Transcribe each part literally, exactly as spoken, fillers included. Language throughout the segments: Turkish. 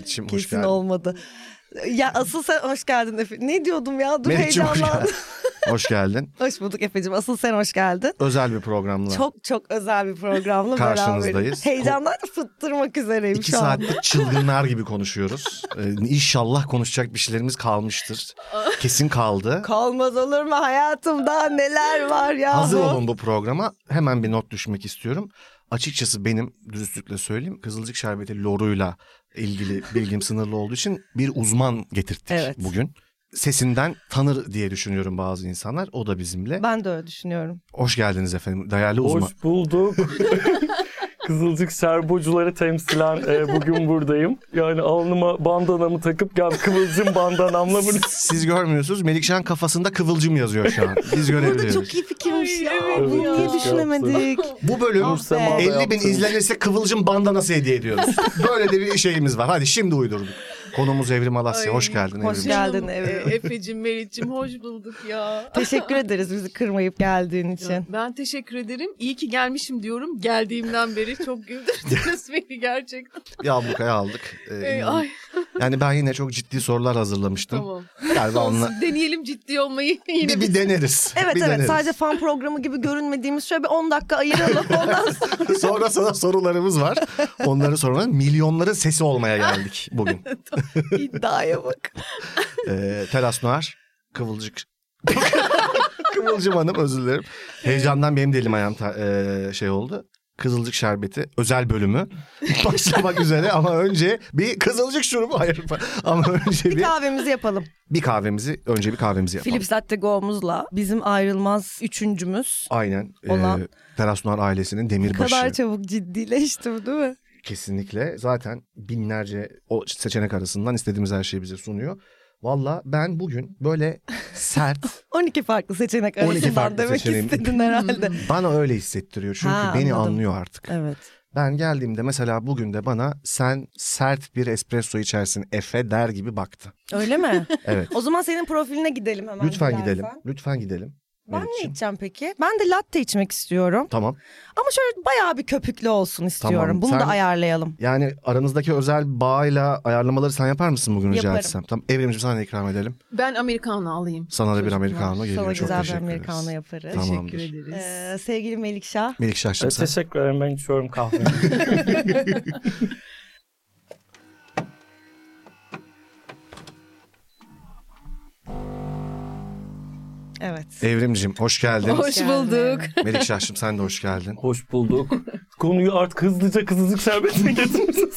Meriç'im hoş geldin. Kesin olmadı. Ya asıl sen hoş geldin Efe. Ne diyordum ya? Dur Meriç'im hoş heyecanlandım. geldin. Hoş geldin. Hoş bulduk Efe'cim. Asıl sen hoş geldin. Özel bir programla. Çok çok özel bir programla karşınızdayız. beraberiz. Heyecandan da fıttırmak üzereyim İki şu anda. saattir çılgınlar gibi konuşuyoruz. Ee, inşallah konuşacak bir şeylerimiz kalmıştır. Kesin kaldı. Kalmaz olur mu hayatım? Daha neler var ya? Hazır olun bu programa. Hemen bir not düşmek istiyorum. Açıkçası benim dürüstlükle söyleyeyim, Kızılcık Şerbeti loruyla ilgili bilgim sınırlı olduğu için bir uzman getirttik Evet. bugün. Sesinden tanır diye düşünüyorum bazı insanlar. O da bizimle. Ben de öyle düşünüyorum. Hoş geldiniz efendim. Değerli uzman. Hoş bulduk. Kızılcık Şerbocuları temsilen e, bugün buradayım. Yani alnıma bandanamı takıp gel kıvılcım bandanamla burada. Siz görmüyorsunuz. Melikşah'ın kafasında kıvılcım yazıyor şu an. Biz Bu da görebiliyoruz. çok iyi fikirmiş Ay, ya. evet Bunu ya. niye düşünemedik? Bu bölüm Ah be. elli bin izlenirse kıvılcım bandanası hediye ediyoruz. Böyle de bir şeyimiz var. Hadi şimdi uydurduk. Konumuz Evrim Alasya. Ay, hoş geldin hoş Evrim. geldin Canım, Evrim. e, Efe'cim, Meriç'im hoş bulduk ya. Teşekkür ederiz bizi kırmayıp geldiğin için. Ben teşekkür ederim. İyi ki gelmişim diyorum. Geldiğimden beri çok güldürdünüz beni gerçekten. Bir ablukaya aldık. Ee, Ee, ay yani ben yine çok ciddi sorular hazırlamıştım. tamam. Galiba onunla Olsun, deneyelim ciddi olmayı yine bir, bir deneriz. Evet bir evet deneriz. sadece fan programı gibi görünmediğimiz şöyle bir on dakika ayıralım. Ondan sonra Sonra sana sorularımız var. Onları sonra milyonların sesi olmaya geldik bugün. iddiaya bak. Ee, Teras Noir, Kıvılcık. Kıvılcım Hanım, özür dilerim. Heyecandan benim de elim ayağım ta- e, şey oldu. Kızılcık Şerbeti özel bölümü başlamak üzere ama önce bir kızılcık şurubu hayır ama önce Bir bir kahvemizi yapalım. bir kahvemizi önce bir kahvemizi yapalım. Philips Latte Go'muzla bizim ayrılmaz üçüncümüz. Aynen. Olan- E, Teras Noir ailesinin Ne demirbaşı. kadar çabuk ciddileştim değil mi? Kesinlikle. Zaten binlerce o seçenek arasından istediğimiz her şeyi bize sunuyor. Valla ben bugün böyle sert, on iki farklı seçenek on iki arasından farklı demek seçeneğim. istedin herhalde. bana öyle hissettiriyor. Çünkü Ha, beni anladım. anlıyor artık. Evet. Ben geldiğimde mesela bugün de bana sen sert bir espresso içersin Efe der gibi baktı. Öyle mi? Evet. O zaman senin profiline gidelim hemen. Lütfen dilersen. gidelim. Lütfen gidelim. Ben ne Meriç'ciğim. içeceğim peki? Ben de latte içmek istiyorum. Tamam. Ama şöyle bayağı bir köpüklü olsun istiyorum. Tamam, Bunu sen- da ayarlayalım. Yani aranızdaki özel bağıyla ayarlamaları sen yapar mısın bugün rica Yaparım. etsem? Tamam. Evrimciğim sana da ikram edelim. Ben Americano alayım. Sana da bir Çocuklar. Americano geliyor. Sana Çok güzel bir teşekkür Americano ederiz. yaparız. Tamamdır. Teşekkür ederiz. Ee, sevgili Melikşah. Melikşah'cığım E, sen. teşekkür ederim, ben içiyorum kahvemi. Evet. Evrimciğim hoş geldin. Hoş bulduk. Melikşah'cığım sen de hoş geldin. Hoş bulduk. Konuyu artık hızlıca Kızılcık Şerbeti'ne getirmişsiniz.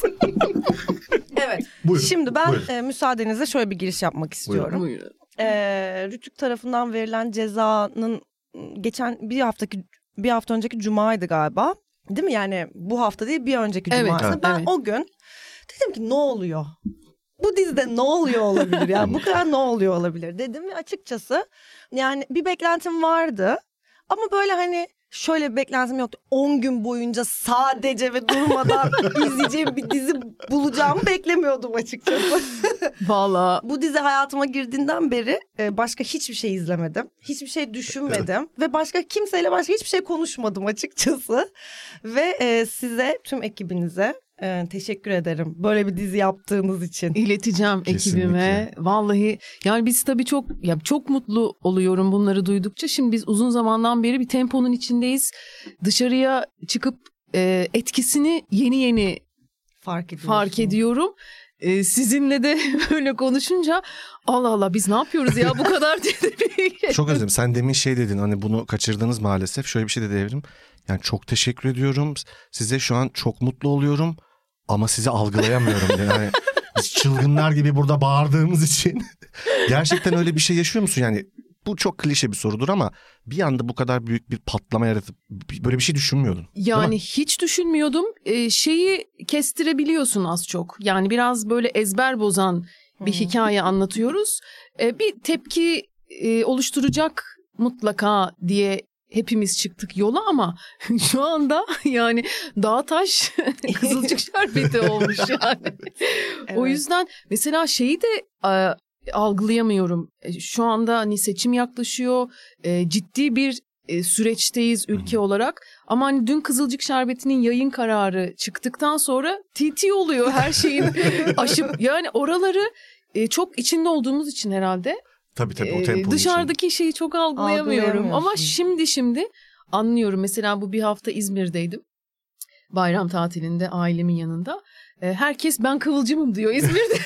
Evet. Buyurun. Şimdi ben buyurun. e, müsaadenizle şöyle bir giriş yapmak istiyorum. Buyurun. E, Rütük tarafından verilen cezanın geçen bir haftaki bir hafta önceki cumaydı galiba. Değil mi? Yani bu hafta değil bir önceki Evet, cumaydı. evet. Ben Evet. o gün dedim ki ne oluyor? Bu dizide ne oluyor olabilir ya? Bu kadar ne oluyor olabilir dedim ve açıkçası yani bir beklentim vardı. Ama böyle hani şöyle bir beklentim yoktu. on gün boyunca sadece ve durmadan izleyeceğim bir dizi bulacağımı beklemiyordum açıkçası. Valla Bu dizi hayatıma girdiğinden beri e, başka hiçbir şey izlemedim. Hiçbir şey düşünmedim. Ve başka kimseyle başka hiçbir şey konuşmadım açıkçası. Ve e, size, tüm ekibinize e, teşekkür ederim. Böyle bir dizi yaptığınız için. ileteceğim Kesinlikle. ekibime. Vallahi yani biz tabii çok ya çok mutlu oluyorum bunları duydukça. Şimdi biz uzun zamandan beri bir temponun içindeyiz. Dışarıya çıkıp e, etkisini yeni yeni Fark ediyorsun. fark ediyorum. E, sizinle de böyle konuşunca Allah Allah biz ne yapıyoruz ya bu kadar diye. Çok özledim. Sen demin şey dedin hani bunu kaçırdınız maalesef. Şöyle bir şey dedi Evrim. Yani çok teşekkür ediyorum. Size şu an çok mutlu oluyorum. Ama sizi algılayamıyorum. Yani biz çılgınlar gibi burada bağırdığımız için. Gerçekten öyle bir şey yaşıyor musun? Yani bu çok klişe bir sorudur ama bir anda bu kadar büyük bir patlama yaratıp böyle bir şey düşünmüyordun. Yani hiç düşünmüyordum. Ee, şeyi kestirebiliyorsun az çok. Yani biraz böyle ezber bozan bir Hmm. hikaye anlatıyoruz. Ee, bir tepki e, oluşturacak mutlaka diye hepimiz çıktık yola ama şu anda yani dağ taş Kızılcık Şerbeti olmuş yani. O Evet. yüzden mesela şeyi de e, algılayamıyorum. E, Şu anda hani seçim yaklaşıyor. E, ciddi bir e, süreçteyiz ülke olarak. Ama hani dün Kızılcık Şerbeti'nin yayın kararı çıktıktan sonra T T oluyor her şeyin aşıp. Yani oraları e, çok içinde olduğumuz için herhalde. Tabii tabii o e, temponun Dışarıdaki şeyi çok algılayamıyorum. Ama Algılayamıyorsun. şimdi şimdi anlıyorum. Mesela bu bir hafta İzmir'deydim. Bayram tatilinde ailemin yanında. E, herkes ben Kıvılcım'ım diyor İzmir'de.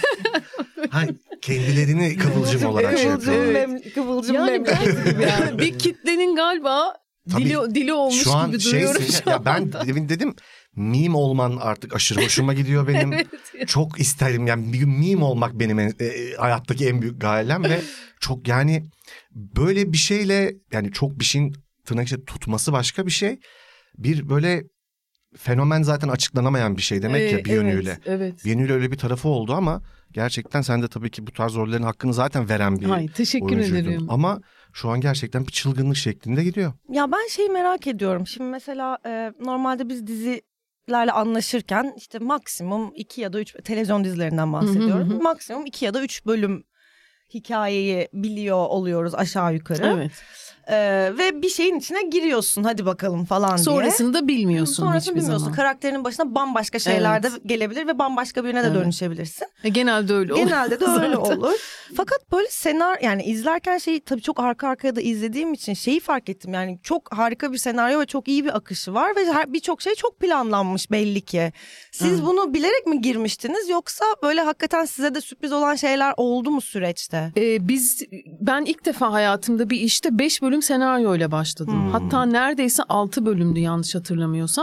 Ha, kendilerini kıvılcım olarak şey Kıvılcım, yapıyorlar. mem- kıvılcım Yani memleketi gibi yani. bir kitlenin galiba Tabii, dili, dili olmuş Şu an gibi duyuyorum şeysin, şu ya an. ben demin dedim meme olman artık aşırı hoşuma gidiyor benim. Evet. Çok isterim yani bir gün meme olmak benim en, e, hayattaki en büyük gayem ve çok yani böyle bir şeyle yani çok bir şeyin tırnak içinde tutması başka bir şey. Bir böyle fenomen zaten açıklanamayan bir şey demek Ee, ya bir yönüyle. Evet, evet. Bir yönüyle öyle bir tarafı oldu ama gerçekten sen de tabii ki bu tarz rollerin hakkını zaten veren bir Ay, teşekkür oyuncuydun. ederim. Ama şu an gerçekten bir çılgınlık şeklinde gidiyor. Ya ben şeyi merak ediyorum. Şimdi mesela e, normalde biz dizilerle anlaşırken işte maksimum iki ya da üç televizyon dizilerinden bahsediyorum. Hı hı hı. Maksimum iki ya da üç bölüm hikayeyi biliyor oluyoruz aşağı yukarı. Evet. E, ve bir şeyin içine giriyorsun hadi bakalım falan diye. Sonrasını da bilmiyorsun Sonrasını hiçbir bilmiyorsun. zaman. Karakterinin başına bambaşka şeyler de Evet. gelebilir ve bambaşka birine de Evet. dönüşebilirsin. E, genelde öyle olur. Genelde de öyle Zaten. olur. Fakat böyle senaryo yani izlerken şeyi tabii çok arka arkaya da izlediğim için şeyi fark ettim. Yani çok harika bir senaryo ve çok iyi bir akışı var ve her- birçok şey çok planlanmış belli ki. Siz Hı. bunu bilerek mi girmiştiniz yoksa böyle hakikaten size de sürpriz olan şeyler oldu mu süreçte? Ee, biz ben ilk defa hayatımda bir işte beş bölüm senaryoyla başladım. Hmm. Hatta neredeyse altı bölümdü yanlış hatırlamıyorsam.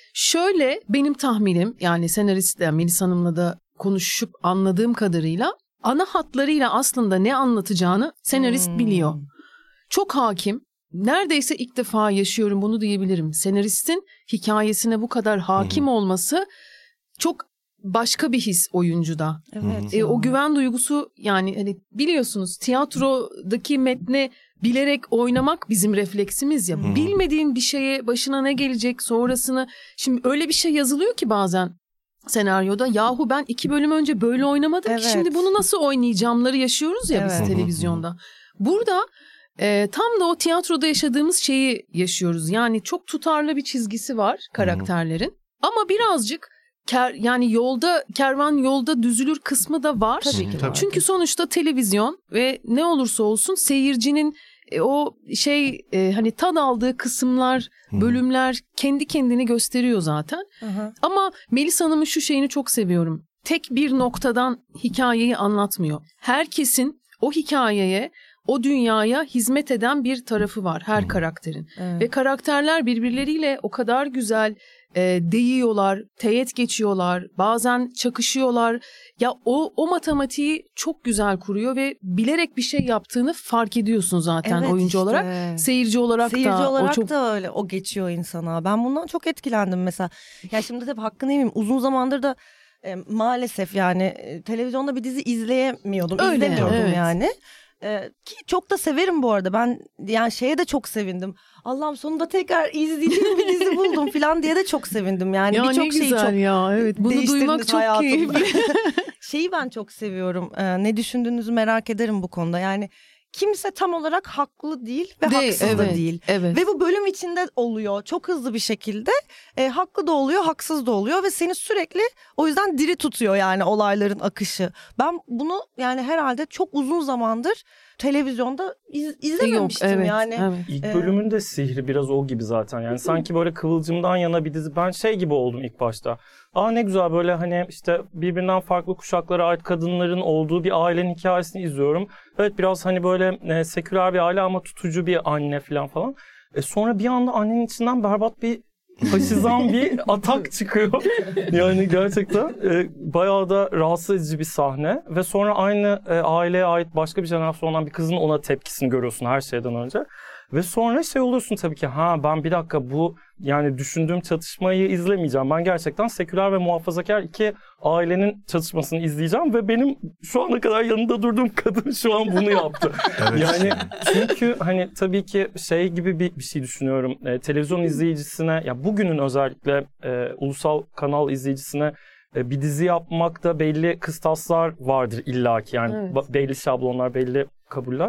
Şöyle benim tahminim yani senaristle Melis Hanım'la da konuşup anladığım kadarıyla ana hatlarıyla aslında ne anlatacağını senarist Hmm. biliyor. Çok hakim. Neredeyse ilk defa yaşıyorum bunu diyebilirim. Senaristin hikayesine bu kadar hakim Hmm. olması çok başka bir his oyuncuda. Evet. E, ya. o güven duygusu yani hani biliyorsunuz tiyatrodaki metne bilerek oynamak bizim refleksimiz ya. Hı. Bilmediğin bir şeye başına ne gelecek sonrasını şimdi öyle bir şey yazılıyor ki bazen senaryoda yahu ben iki bölüm önce böyle oynamadım Evet. ki şimdi bunu nasıl oynayacağımları yaşıyoruz ya Evet. biz televizyonda. Burada e, tam da o tiyatroda yaşadığımız şeyi yaşıyoruz. Yani çok tutarlı bir çizgisi var karakterlerin ama birazcık ker, yani yolda kervan yolda düzülür kısmı da var. Tabii ki Tabii. var. Çünkü sonuçta televizyon ve ne olursa olsun seyircinin e, o şey e, hani tad aldığı kısımlar, Hı. bölümler kendi kendini gösteriyor zaten. Hı hı. Ama Melis Hanım'ın şu şeyini çok seviyorum. Tek bir noktadan hikayeyi anlatmıyor. Herkesin o hikayeye, o dünyaya hizmet eden bir tarafı var her Hı. karakterin. Evet. Ve karakterler birbirleriyle o kadar güzel e, değiyorlar, teğet geçiyorlar, bazen çakışıyorlar. Ya o o matematiği çok güzel kuruyor ve bilerek bir şey yaptığını fark ediyorsun zaten Evet oyuncu işte. olarak. Seyirci olarak Seyirci da olarak o çok da öyle o geçiyor insana. Ben bundan çok etkilendim mesela. Ya şimdi tabii hakkını yemeyeyim. Uzun zamandır da e, maalesef yani e, televizyonda bir dizi izleyemiyordum. Öyle, İzlemiyordum evet. yani. E, ki çok da severim bu arada. Ben yani şeye de çok sevindim. Allah'ım sonunda tekrar izleyeceğim bir dizi buldum falan diye de çok sevindim. Yani ya ne birçok şeyi güzel çok ya. Evet bunu değiştirdiniz duymak çok hayatımda. keyifli. Şeyi ben çok seviyorum. Ee, ne düşündüğünüzü merak ederim bu konuda. Yani kimse tam olarak haklı değil ve De, haksız evet, da değil. Evet. Ve bu bölüm içinde oluyor çok hızlı bir şekilde. E, haklı da oluyor, haksız da oluyor ve seni sürekli o yüzden diri tutuyor yani olayların akışı. Ben bunu yani herhalde çok uzun zamandır televizyonda iz, izlememiştim Yok, evet, yani. evet. İlk Ee, bölümün de sihri biraz o gibi zaten. Yani sanki böyle Kıvılcım'dan yana bir dizi. Ben şey gibi oldum ilk başta. Aa ne güzel böyle hani işte birbirinden farklı kuşaklara ait kadınların olduğu bir ailenin hikayesini izliyorum. Evet biraz hani böyle e, seküler bir aile ama tutucu bir anne falan falan. E, sonra bir anda annenin içinden berbat bir faşizan bir atak çıkıyor. Yani gerçekten e, bayağı da rahatsız edici bir sahne. Ve sonra aynı e, aileye ait başka bir jenerasyondan bir kızın ona tepkisini görüyorsun her şeyden önce. Ve sonra şey oluyorsun tabii ki ha ben bir dakika bu yani düşündüğüm çatışmayı izlemeyeceğim. Ben gerçekten seküler ve muhafazakar iki ailenin çatışmasını izleyeceğim ve benim şu ana kadar yanında durduğum kadın şu an bunu yaptı. Evet. Yani çünkü hani tabii ki şey gibi bir, bir şey düşünüyorum. E, televizyon izleyicisine ya bugünün özellikle e, ulusal kanal izleyicisine e, bir dizi yapmakta belli kıstaslar vardır illaki yani Evet. ba- belli şablonlar, belli kabuller.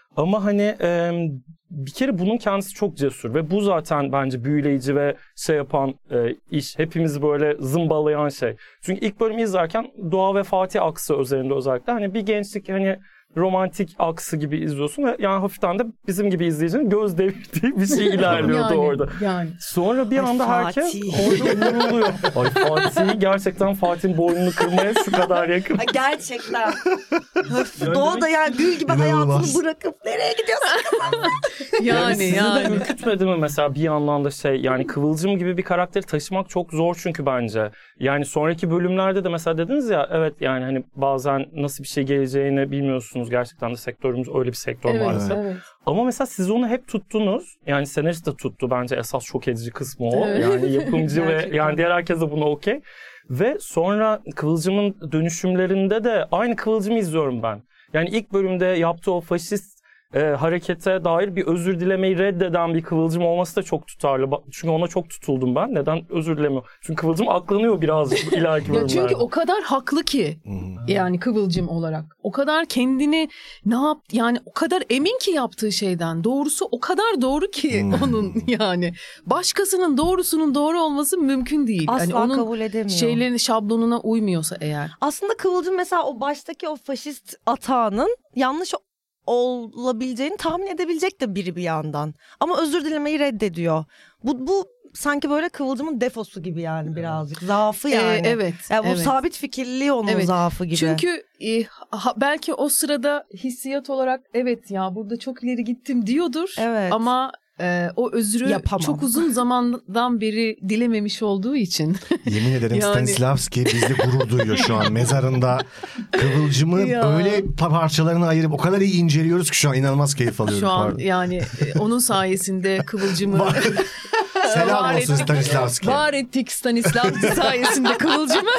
Ama hani e, bir kere bunun kendisi çok cesur ve bu zaten bence büyüleyici ve şey yapan e, iş, hepimizi böyle zımbalayan şey. Çünkü ilk bölümü izlerken Doğa ve Fatih aksı üzerinde özellikle hani bir gençlik hani romantik aksı gibi izliyorsun ve yani hafiften de bizim gibi izleyicinin göz devirdiği bir şey ilerliyordu yani, orada. Yani. Sonra bir Ay anda Fatih. herkes orada vuruluyor. Ay Fatih gerçekten Fatih'in boynunu kırmaya şu kadar yakın. Ay, gerçekten. Öf, Doğa da yani gül gibi İnanılmaz. hayatını bırakıp nereye gidiyorsun? Yani Sizi de yani. ürkütmedi mi mesela bir yandan da şey yani Kıvılcım gibi bir karakteri taşımak çok zor çünkü bence. Yani sonraki bölümlerde de mesela dediniz ya evet yani hani bazen nasıl bir şey geleceğini bilmiyorsunuz. Gerçekten de sektörümüz öyle bir sektör Evet, maalesef. evet. Ama mesela siz onu hep tuttunuz. Yani senarist de tuttu bence esas şok edici kısmı o. Evet. Yani yapımcı ve Gerçekten. yani diğer herkes de buna okey. Ve sonra Kıvılcım'ın dönüşümlerinde de aynı Kıvılcım'ı izliyorum ben. Yani ilk bölümde yaptığı o faşist e, harekete dair bir özür dilemeyi reddeden bir Kıvılcım olması da çok tutarlı. Ba- Çünkü ona çok tutuldum ben. Neden özür dilemiyor? Çünkü Kıvılcım aklanıyor birazcık ileriki Ya bölümlerde. çünkü o kadar haklı ki yani Kıvılcım olarak. O kadar kendini ne yap yani o kadar emin ki yaptığı şeyden. Doğrusu o kadar doğru ki Hmm. onun yani. Başkasının doğrusunun doğru olması mümkün değil. Asla Yani onun kabul edemiyor. şeylerin şablonuna uymuyorsa eğer. Aslında Kıvılcım mesela o baştaki o faşist atağının yanlış olabileceğini tahmin edebilecek de biri bir yandan. Ama özür dilemeyi reddediyor. Bu, bu sanki böyle Kıvılcım'ın defosu gibi yani birazcık. Zaafı yani. Ee, evet. Yani bu evet. sabit fikirliliği onun Evet. zaafı gibi. Çünkü e, ha- belki o sırada hissiyat olarak evet ya burada çok ileri gittim diyordur. Evet. Ama e, o özrü Yapamam. çok uzun zamandan beri dilememiş olduğu için. Yemin ederim Yani. Stanislavski bizle gurur duyuyor şu an mezarında. Kıvılcımı Ya. böyle parçalarını ayırıp o kadar iyi inceliyoruz ki şu an inanılmaz keyif alıyorum. Şu an Pardon. yani e, onun sayesinde Kıvılcım'ı Selam var olsun ettik. Stanislavski. var ettik Stanislavski sayesinde Kıvılcım'ı.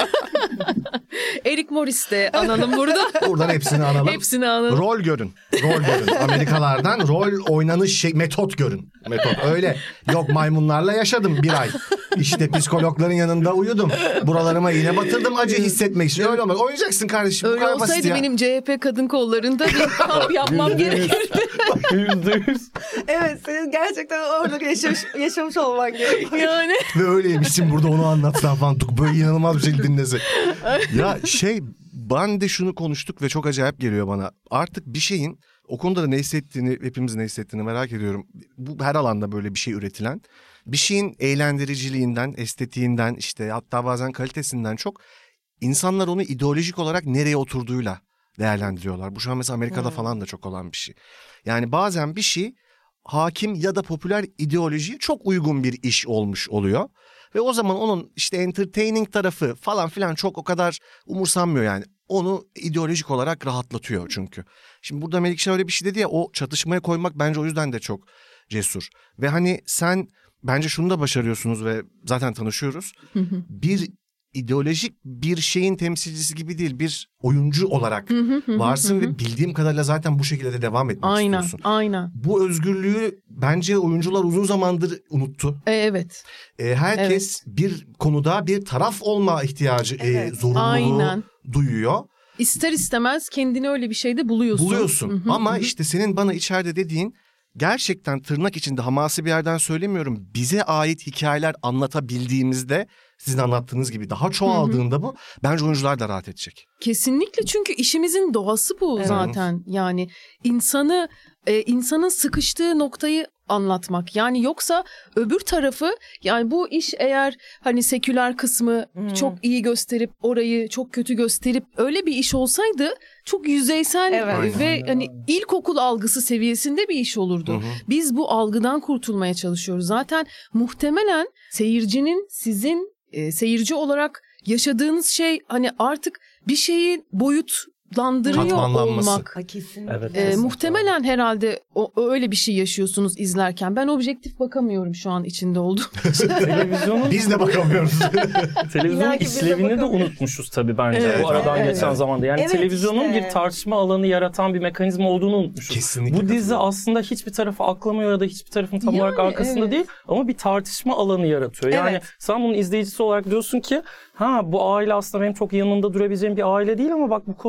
Eric Morris de analım burada. Buradan hepsini analım. Hepsini analım. Rol görün. Rol görün. Amerikalardan rol oynanış şey metot görün. Metot öyle. Yok maymunlarla yaşadım bir ay. İşte psikologların yanında uyudum. Buralarıma iğne batırdım acı hissetmek için. Öyle olmaz. Oynayacaksın kardeşim. Bu Öyle kadar basit olsaydı ya. benim C H P kadın kollarında bir kamp yapmam gerekirdi. Yüzde yüz. Evet senin gerçekten orada yaşamış, yaşamış olman gerekiyor. Yani Ve öyleymişsin burada onu anlatsan falan. Böyle inanılmaz bir şey dinlesek. Ya şey ben de şunu konuştuk ve çok acayip geliyor bana. Artık bir şeyin o konuda da ne hissettiğini hepimiz ne hissettiğini merak ediyorum. Bu her alanda böyle bir şey üretilen. Bir şeyin eğlendiriciliğinden, estetiğinden işte hatta bazen kalitesinden çok insanlar onu ideolojik olarak nereye oturduğuyla değerlendiriyorlar. Bu şu an mesela Amerika'da Hmm. falan da çok olan bir şey. Yani bazen bir şey hakim ya da popüler ideolojiye çok uygun bir iş olmuş oluyor. Ve o zaman onun işte entertaining tarafı falan filan çok o kadar umursanmıyor yani. Onu ideolojik olarak rahatlatıyor çünkü. Şimdi burada Melikşah öyle bir şey dedi ya o çatışmaya koymak bence o yüzden de çok cesur. Ve hani sen bence şunu da başarıyorsunuz ve zaten tanışıyoruz. Bir ideolojik bir şeyin temsilcisi gibi değil bir oyuncu olarak varsın ve bildiğim kadarıyla zaten bu şekilde de devam etmek aynen, istiyorsun. aynen. Bu özgürlüğü bence oyuncular uzun zamandır unuttu. E, evet. E, herkes bir konuda bir taraf olma ihtiyacı, Evet. e, zorunluluğu Aynen. duyuyor. İster istemez kendini öyle bir şeyde buluyorsun. Buluyorsun Hı hı, ama hı hı. işte senin bana içeride dediğin gerçekten tırnak içinde hamasi bir yerden söylemiyorum. Bize ait hikayeler anlatabildiğimizde sizin anlattığınız gibi daha çoğaldığında bu bence oyuncular da rahat edecek. Kesinlikle çünkü işimizin doğası bu Evet. zaten. Yani insanı e, insanın sıkıştığı noktayı anlatmak. Yani yoksa öbür tarafı yani bu iş eğer hani seküler kısmı Hmm. çok iyi gösterip orayı çok kötü gösterip öyle bir iş olsaydı çok yüzeysel Evet. ve Aynen. hani ilkokul algısı seviyesinde bir iş olurdu. Hı hı. Biz bu algıdan kurtulmaya çalışıyoruz. Zaten muhtemelen seyircinin sizin e, seyirci olarak yaşadığınız şey hani artık bir şeyi boyutlandırıyor Katmanlanması. olmak. Ha, kesinlikle. Evet. E, Kesinlikle. muhtemelen herhalde o, öyle bir şey yaşıyorsunuz izlerken. Ben objektif bakamıyorum şu an içinde olduğum. Televizyonun Biz de bakamıyoruz. Televizyonun İlla ki biz de işlevini de bakamıyoruz. unutmuşuz tabii bence Evet, bu aradan evet. geçen zamanda. Yani Evet, televizyonun işte. bir tartışma alanı yaratan bir mekanizma olduğunu unutmuşuz. Kesinlikle Bu dizi katılıyorum. aslında hiçbir tarafı aklamıyor ya da hiçbir tarafın tam Yani, olarak arkasında evet. değil ama bir tartışma alanı yaratıyor. Yani Evet. sen bunun izleyicisi olarak diyorsun ki ha bu aile aslında benim çok yanında durabileceğim bir aile değil ama bak bu konuda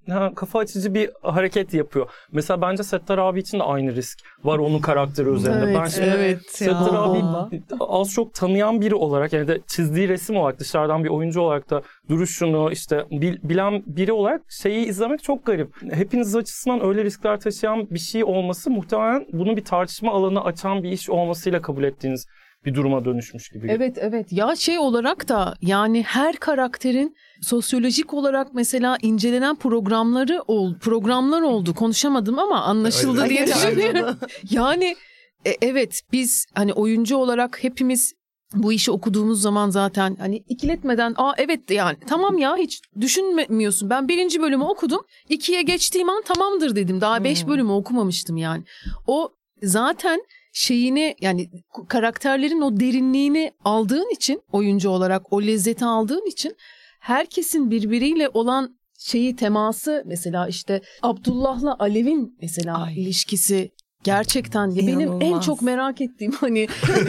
ha, kafa açıcı bir hareket yapıyor. Mesela bence Settar abi için de aynı risk var onun karakteri üzerinde. Evet, ben şimdi evet Settar ya. abi az çok tanıyan biri olarak yani de çizdiği resim olarak dışarıdan bir oyuncu olarak da duruşunu işte bilen biri olarak şeyi izlemek çok garip. Hepiniz açısından öyle riskler taşıyan bir şey olması muhtemelen bunu bir tartışma alanı açan bir iş olmasıyla kabul ettiğiniz bir duruma dönüşmüş gibi. Evet evet ya şey olarak da yani her karakterin sosyolojik olarak mesela incelenen programları ol, programlar oldu konuşamadım ama anlaşıldı Aynen. diye Aynen. düşünüyorum. Yani e, evet biz hani oyuncu olarak hepimiz bu işi okuduğumuz zaman zaten hani ikiletmeden aa evet yani tamam ya hiç düşünmüyorsun. Ben birinci bölümü okudum ikiye geçtiğim an tamamdır dedim daha beş bölümü okumamıştım yani. O zaten şeyini yani karakterlerin o derinliğini aldığın için oyuncu olarak o lezzeti aldığın için herkesin birbiriyle olan şeyi teması mesela işte Abdullah'la Alev'in mesela Ay. ilişkisi gerçekten ya benim en İnanılmaz. çok merak ettiğim hani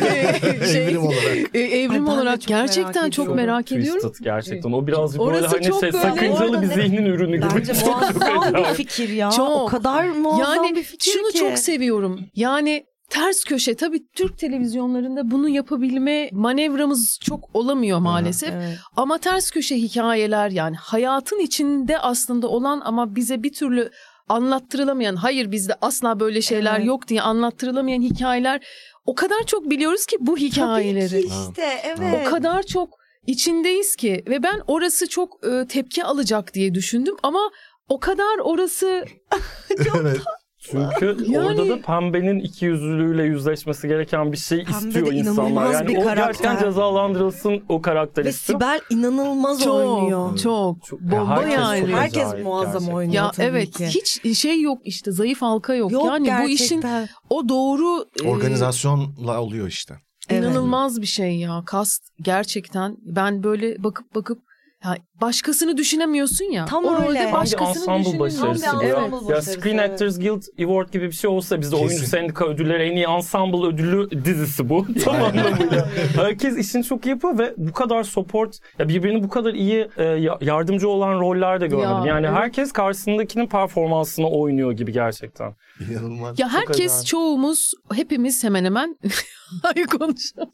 şey, Evrim olarak. e, evrim Ay, ben de olarak çok merak gerçekten çok ediyorum. merak ediyorum. Twisted gerçekten. O birazcık Orası böyle hani çok şey, böyle- sakıncalı bir Orada ne- zihnin ürünü gibi. Bence Çok muazzam bir acayip. fikir ya. Çok. O kadar muazzam Yani bir fikir şunu ki. çok seviyorum. Yani ters köşe tabii Türk televizyonlarında bunu yapabilme manevramız çok olamıyor maalesef. Evet. Ama ters köşe hikayeler yani hayatın içinde aslında olan ama bize bir türlü anlattırılamayan, hayır bizde asla böyle şeyler Evet. yok diye anlattırılamayan hikayeler o kadar çok biliyoruz ki bu hikayeleri. Tabii ki işte evet. O kadar çok içindeyiz ki ve ben orası çok e, tepki alacak diye düşündüm ama o kadar orası Evet. Çünkü Yani- orada da pembenin ikiyüzlülüğüyle yüzleşmesi gereken bir şey Pembe istiyor de insanlar. inanılmaz Yani bir o karakter. gerçekten cezalandırılsın o karakter Ve istiyor. Sibel inanılmaz çok oynuyor. çok, Çok- bomba herkes yani. çok Herkes acayip muazzam gerçekten. oynuyor Ya tabii evet ki. hiç şey yok işte zayıf halka yok. Yok yani bu işin gerçekten. o doğru e, Organizasyonla oluyor işte. Evet. inanılmaz bir şey ya. Kast gerçekten ben böyle bakıp bakıp ya başkasını düşünemiyorsun ya. Tam o öyle. rolde Hangi başkasını ensemble düşünemiyorsun. başarısı Tam bu bir ya? ensemble Ya başarısı, Screen evet. Actors Guild Award gibi bir şey olsa bizde Kesin. oyuncu sendika ödülleri en iyi ensemble ödülü dizisi bu. Tam anlamıyla. Herkes işini çok iyi yapıyor ve bu kadar support, ya birbirini bu kadar iyi e, ya- yardımcı olan roller de görmedim. Ya, yani evet. herkes karşısındakinin performansını oynuyor gibi gerçekten. İnanılmaz. Ya herkes acayip. çoğumuz hepimiz hemen hemen ay konuşalım.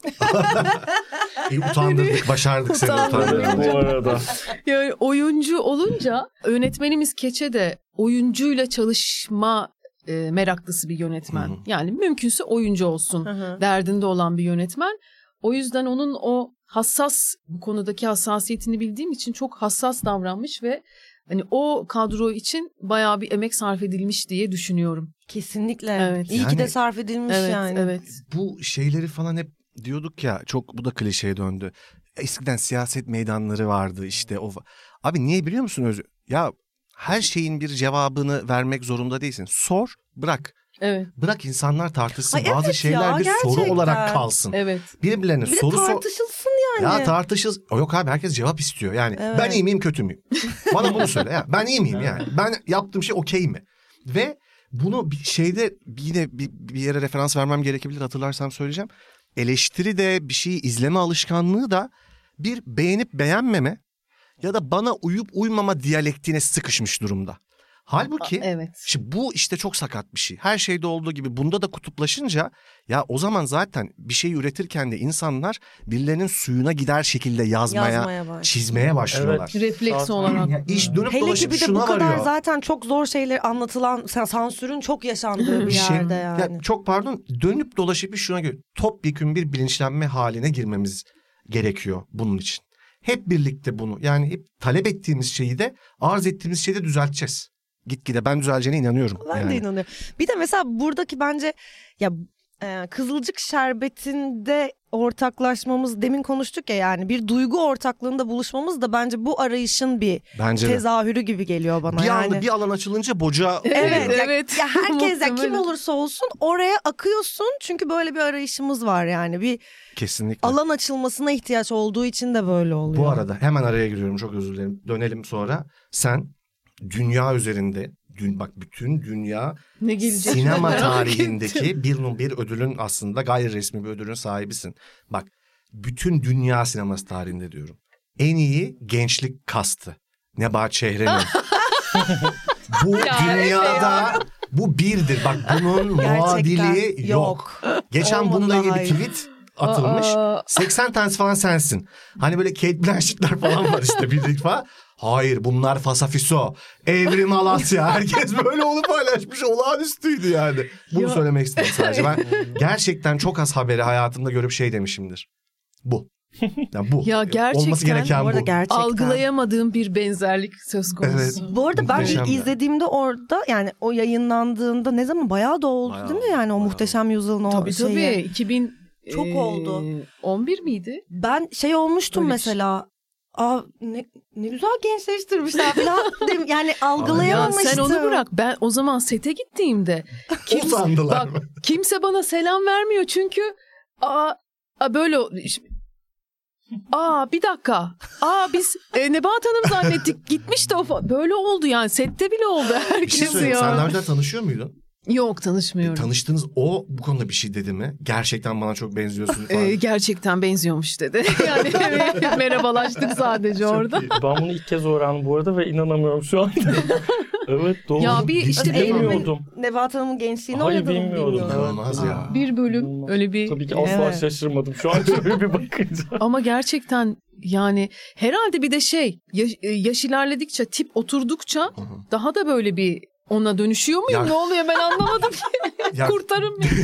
İyi, utandırdık, başardık seni Utandırdık. utandırdık. bu arada. Yani oyuncu olunca yönetmenimiz Keçe de oyuncuyla çalışma e, meraklısı bir yönetmen. Hı hı. Yani mümkünse oyuncu olsun Hı hı. derdinde olan bir yönetmen. O yüzden onun o hassas bu konudaki hassasiyetini bildiğim için çok hassas davranmış ve hani o kadro için bayağı bir emek sarf edilmiş diye düşünüyorum. Kesinlikle. Evet. İyi ki Yani- de sarf edilmiş Evet, yani. evet. Bu şeyleri falan hep diyorduk ya, çok bu da klişeye döndü. Eskiden siyaset meydanları vardı işte o. Abi niye biliyor musun Özü? Ya her şeyin bir cevabını vermek zorunda değilsin. Sor, bırak. Evet. Bırak insanlar tartışsın. Ay Bazı evet şeyler ya, bir soru gerçekten. olarak kalsın. Evet. Birbirlerine Bir de soru sor. tartışılsın yani. Ya tartışıl. Yok abi, herkes cevap istiyor. Yani Evet. ben iyi miyim kötü müyüm? Bana bunu söyle ya. Ben iyi miyim yani? Ben yaptığım şey okey mi? Ve bunu bir şeyde yine bir, bir yere referans vermem gerekebilir, hatırlarsam söyleyeceğim. Eleştiri de bir şeyi izleme alışkanlığı da bir beğenip beğenmeme ya da bana uyup uymama diyalektiğine sıkışmış durumda. Halbuki Evet. şimdi bu işte çok sakat bir şey. Her şeyde olduğu gibi bunda da kutuplaşınca ya o zaman zaten bir şey üretirken de insanlar birilerinin suyuna gider şekilde yazmaya, Yazmaya başlıyor. çizmeye başlıyorlar. Refleks Zaten- olarak. Ya iş dönüp Hele ki dolaşıp bir de şuna bu kadar varıyor. zaten çok zor şeyler anlatılan, sen- sansürün çok yaşandığı bir Bir şey- yerde yani. Ya çok pardon, dönüp dolaşıp bir şuna göre topyekün bir bilinçlenme haline girmemiz gerekiyor bunun için. Hep birlikte bunu, yani hep talep ettiğimiz şeyi de arz ettiğimiz şeyi de düzelteceğiz. Gitgide ben düzeleceğine inanıyorum. Ben yani. de inanıyorum. Bir de mesela buradaki bence ya e, Kızılcık Şerbeti'nde ortaklaşmamız, demin konuştuk ya, yani bir duygu ortaklığında buluşmamız da bence bu arayışın bir Bence de. tezahürü gibi geliyor bana. Bir yani. anda bir alan açılınca boca Evet, oluyor. ya, Evet. ya herkes ya kim Muhtemelen. olursa olsun oraya akıyorsun çünkü böyle bir arayışımız var yani. Bir Kesinlikle. alan açılmasına ihtiyaç olduğu için de böyle oluyor. Bu arada hemen araya giriyorum, çok özür dilerim. Dönelim sonra. Sen dünya üzerinde, dün bak bütün dünya Ne gelecek? sinema Merak tarihindeki ettim. bir numaralı bir ödülün, aslında gayri resmi bir ödülün sahibisin. Bak, bütün dünya sineması tarihinde diyorum. En iyi gençlik kastı. Nebahat Çehre'nin. Bu Ya dünyada bu birdir. Bak bunun muadili yok. Geçen Olmadı bununla ilgili daha bir iyi. tweet atılmış. Aa. seksen tanesi falan sensin. Hani böyle Kate Blanchett'ler falan var işte birlik falan. Hayır bunlar fasafiso. Evrim Alasya. Herkes böyle onu paylaşmış. Olağanüstüydü yani. Bunu Ya. söylemek istedim sadece. Ben gerçekten çok az haberi hayatımda görüp şey demişimdir. Bu. Yani bu. Ya gerçekten, Olması gereken Bu arada bu. gerçekten. algılayamadığım bir benzerlik söz konusu. Evet. Bu arada ben Muhteşem ilk yani. izlediğimde orada yani o yayınlandığında ne zaman bayağı da oldu Bayağı değil mi yani o oldu, Muhteşem Yüzyıl'ın o Tabii şeyi. tabii. iki bin Çok e, oldu. on bir miydi? Ben şey olmuştum Öyle bir şey. mesela. Aa ne, ne güzel gençleştirmişler falan. Dedim, yani Ya algılayamamıştım. sen onu bırak. Ben o zaman sete gittiğimde kimse, Utandılar bak, mı? kimse bana selam vermiyor çünkü aa, aa böyle o- aa bir dakika. Aa biz e, Nebahat Hanım zannettik. Gitmiş de o fa- böyle oldu yani sette bile oldu Bir şey herkes söyleyeyim. Sen daha ya. önce tanışıyor muydun? Yok tanışmıyorum. Tanıştığınız o bu konuda bir şey dedi mi? Gerçekten bana çok benziyorsun falan. Ee, gerçekten benziyormuş dedi. Yani merhabalaştık sadece orada. iyi. Ben bunu ilk kez öğrendim bu arada ve inanamıyorum şu anda. Evet doğru. Ya bir işte Hiç benim- bilmiyordum. Nebahat Hanım'ın gençliğini Hayır, oynadığını bilmiyordum. bilmiyordum. İnanılmaz ya. Bir bölüm öyle bir Tabii ki asla Evet. şaşırmadım şu an şöyle bir bakınca. ama gerçekten yani herhalde bir de şey yaş, yaş ilerledikçe tip oturdukça daha da böyle bir ona dönüşüyor muyum? Ya- Ne oluyor ben anlamadım ki. Ya- Kurtarın beni.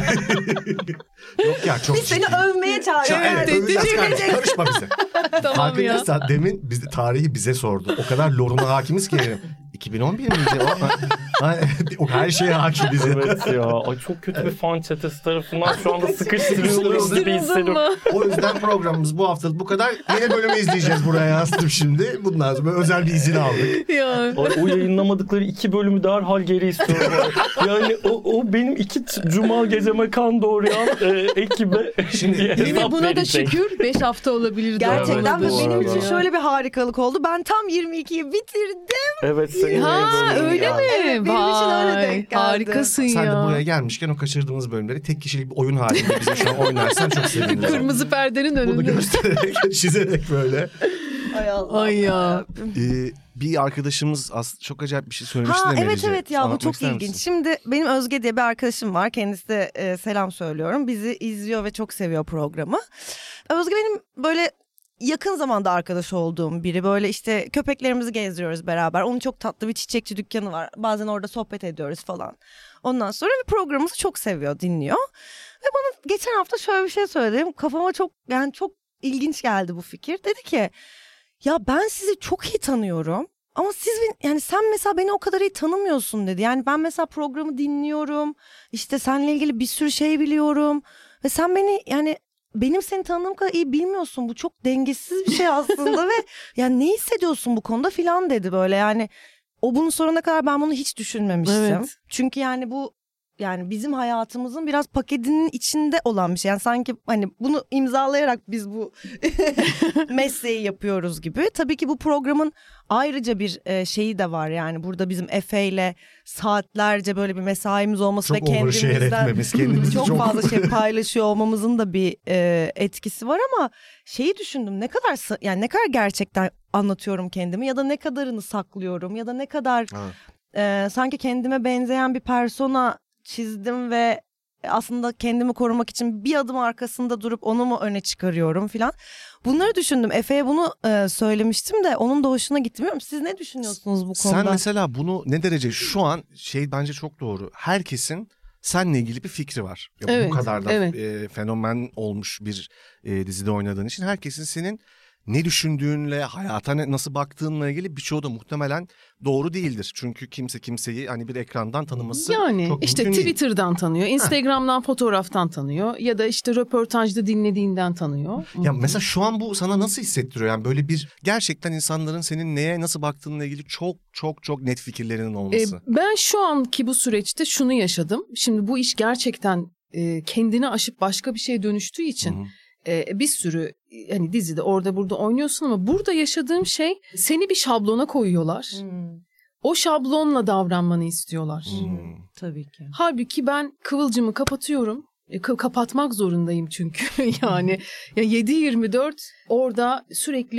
Yok ya çok Biz seni ciddi. övmeye çağırıyoruz. Ya, evet, Evet, öveceğiz teşekkür kardeşim. Karışma bize. Tamam ya. Farkındaysan demin biz, tarihi bize sordu. O kadar loruna hakimiz ki. iki bin on bir miydi? O, ha, o her şeye hakim bize. Evet ya. Ay çok kötü bir fan çetesi tarafından şu anda sıkıştırılıyoruz gibi Sıkıştırıldın hissediyorum. mı? O yüzden programımız bu haftalık bu kadar. Yeni bölümü izleyeceğiz buraya yazdım şimdi. Bundan sonra özel bir izin aldık. Ya. Ay, o yayınlamadıkları iki bölümü derhal geri istiyorum. Yani o, o benim iki t- cuma geceme kan doğrayan e, ekibe şimdi Yine hesap buna da verecek. şükür beş hafta olabilir. Gerçekten Evet, ve bu benim arada. için şöyle bir harikalık oldu. Ben tam yirmi ikiyi bitirdim. Evet senin Ha bölümün öyle ya. mi? Evet, benim için öyle Vay, denk geldi. harikasın Sen ya. de buraya gelmişken o kaçırdığımız bölümleri tek kişilik bir oyun halinde bize şu an oynarsan çok sevinirim. Kırmızı perdenin Bunu önünde. göstererek, çizerek böyle. Ay Allah. Ay ya. Ee, bir arkadaşımız aslında çok acayip bir şey söylemişti Ha de evet Meriç'e. evet ya bu Anlatmak çok ister ilginç. misin? Şimdi benim Özge diye bir arkadaşım var. Kendisi de e, selam söylüyorum. Bizi izliyor ve çok seviyor programı. Özge benim böyle yakın zamanda arkadaş olduğum biri. Böyle işte köpeklerimizi gezdiriyoruz beraber. Onun çok tatlı bir çiçekçi dükkanı var. Bazen orada sohbet ediyoruz falan. Ondan sonra bir programımızı çok seviyor, dinliyor. Ve bana geçen hafta şöyle bir şey söyledi. Kafama çok yani çok ilginç geldi bu fikir. Dedi ki ya ben sizi çok iyi tanıyorum. Ama siz beni- yani sen mesela beni o kadar iyi tanımıyorsun dedi. Yani ben mesela programı dinliyorum. İşte seninle ilgili bir sürü şey biliyorum. Ve sen beni yani benim seni tanıdığım kadar iyi bilmiyorsun. Bu çok dengesiz bir şey aslında ve yani ne hissediyorsun bu konuda filan dedi böyle. Yani o bunu sorana kadar ben bunu hiç düşünmemiştim. Evet. Çünkü yani bu yani bizim hayatımızın biraz paketinin içinde olan bir şey. Yani sanki hani bunu imzalayarak biz bu mesleği yapıyoruz gibi. Tabii ki bu programın ayrıca bir e, şeyi de var yani. Burada bizim Efe ile saatlerce böyle bir mesaimiz olması Çok ve overshare kendimizden etmemiz, kendimizi çok, çok- fazla şey paylaşıyor olmamızın da bir e, etkisi var ama şeyi düşündüm ne kadar sa- yani ne kadar gerçekten anlatıyorum kendimi ya da ne kadarını saklıyorum ya da ne kadar Ha. e, sanki kendime benzeyen bir persona çizdim ve aslında kendimi korumak için bir adım arkasında durup onu mu öne çıkarıyorum filan. Bunları düşündüm. Efe'ye bunu e, söylemiştim de onun da hoşuna gitti. Bilmiyorum siz ne düşünüyorsunuz bu konuda? Sen mesela bunu ne derece şu an şey bence çok doğru. Herkesin seninle ilgili bir fikri var. Ya Evet, bu kadar da evet. e, fenomen olmuş bir e, dizide oynadığın için herkesin senin ne düşündüğünle, hayata ne, nasıl baktığınla ilgili birçoğu da muhtemelen doğru değildir. Çünkü kimse kimseyi hani bir ekrandan tanıması Yani çok işte mümkün değil. Twitter'dan tanıyor, Instagram'dan fotoğraftan tanıyor ya da işte röportajda dinlediğinden tanıyor. Ya mesela şu an bu sana nasıl hissettiriyor? Yani böyle bir gerçekten insanların senin neye nasıl baktığınla ilgili çok çok çok net fikirlerinin Ee, olması. ben şu anki bu süreçte şunu yaşadım. Şimdi bu iş gerçekten e, kendini aşıp başka bir şeye dönüştüğü için Hı hı. e, bir sürü hani dizide orada burada oynuyorsun ama burada yaşadığım şey seni bir şablona koyuyorlar. Hmm, O şablonla davranmanı istiyorlar. Hmm. tabii ki. Halbuki ben kıvılcımı kapatıyorum. E, ka- kapatmak zorundayım çünkü. Yani ya yedi yirmi dört orada sürekli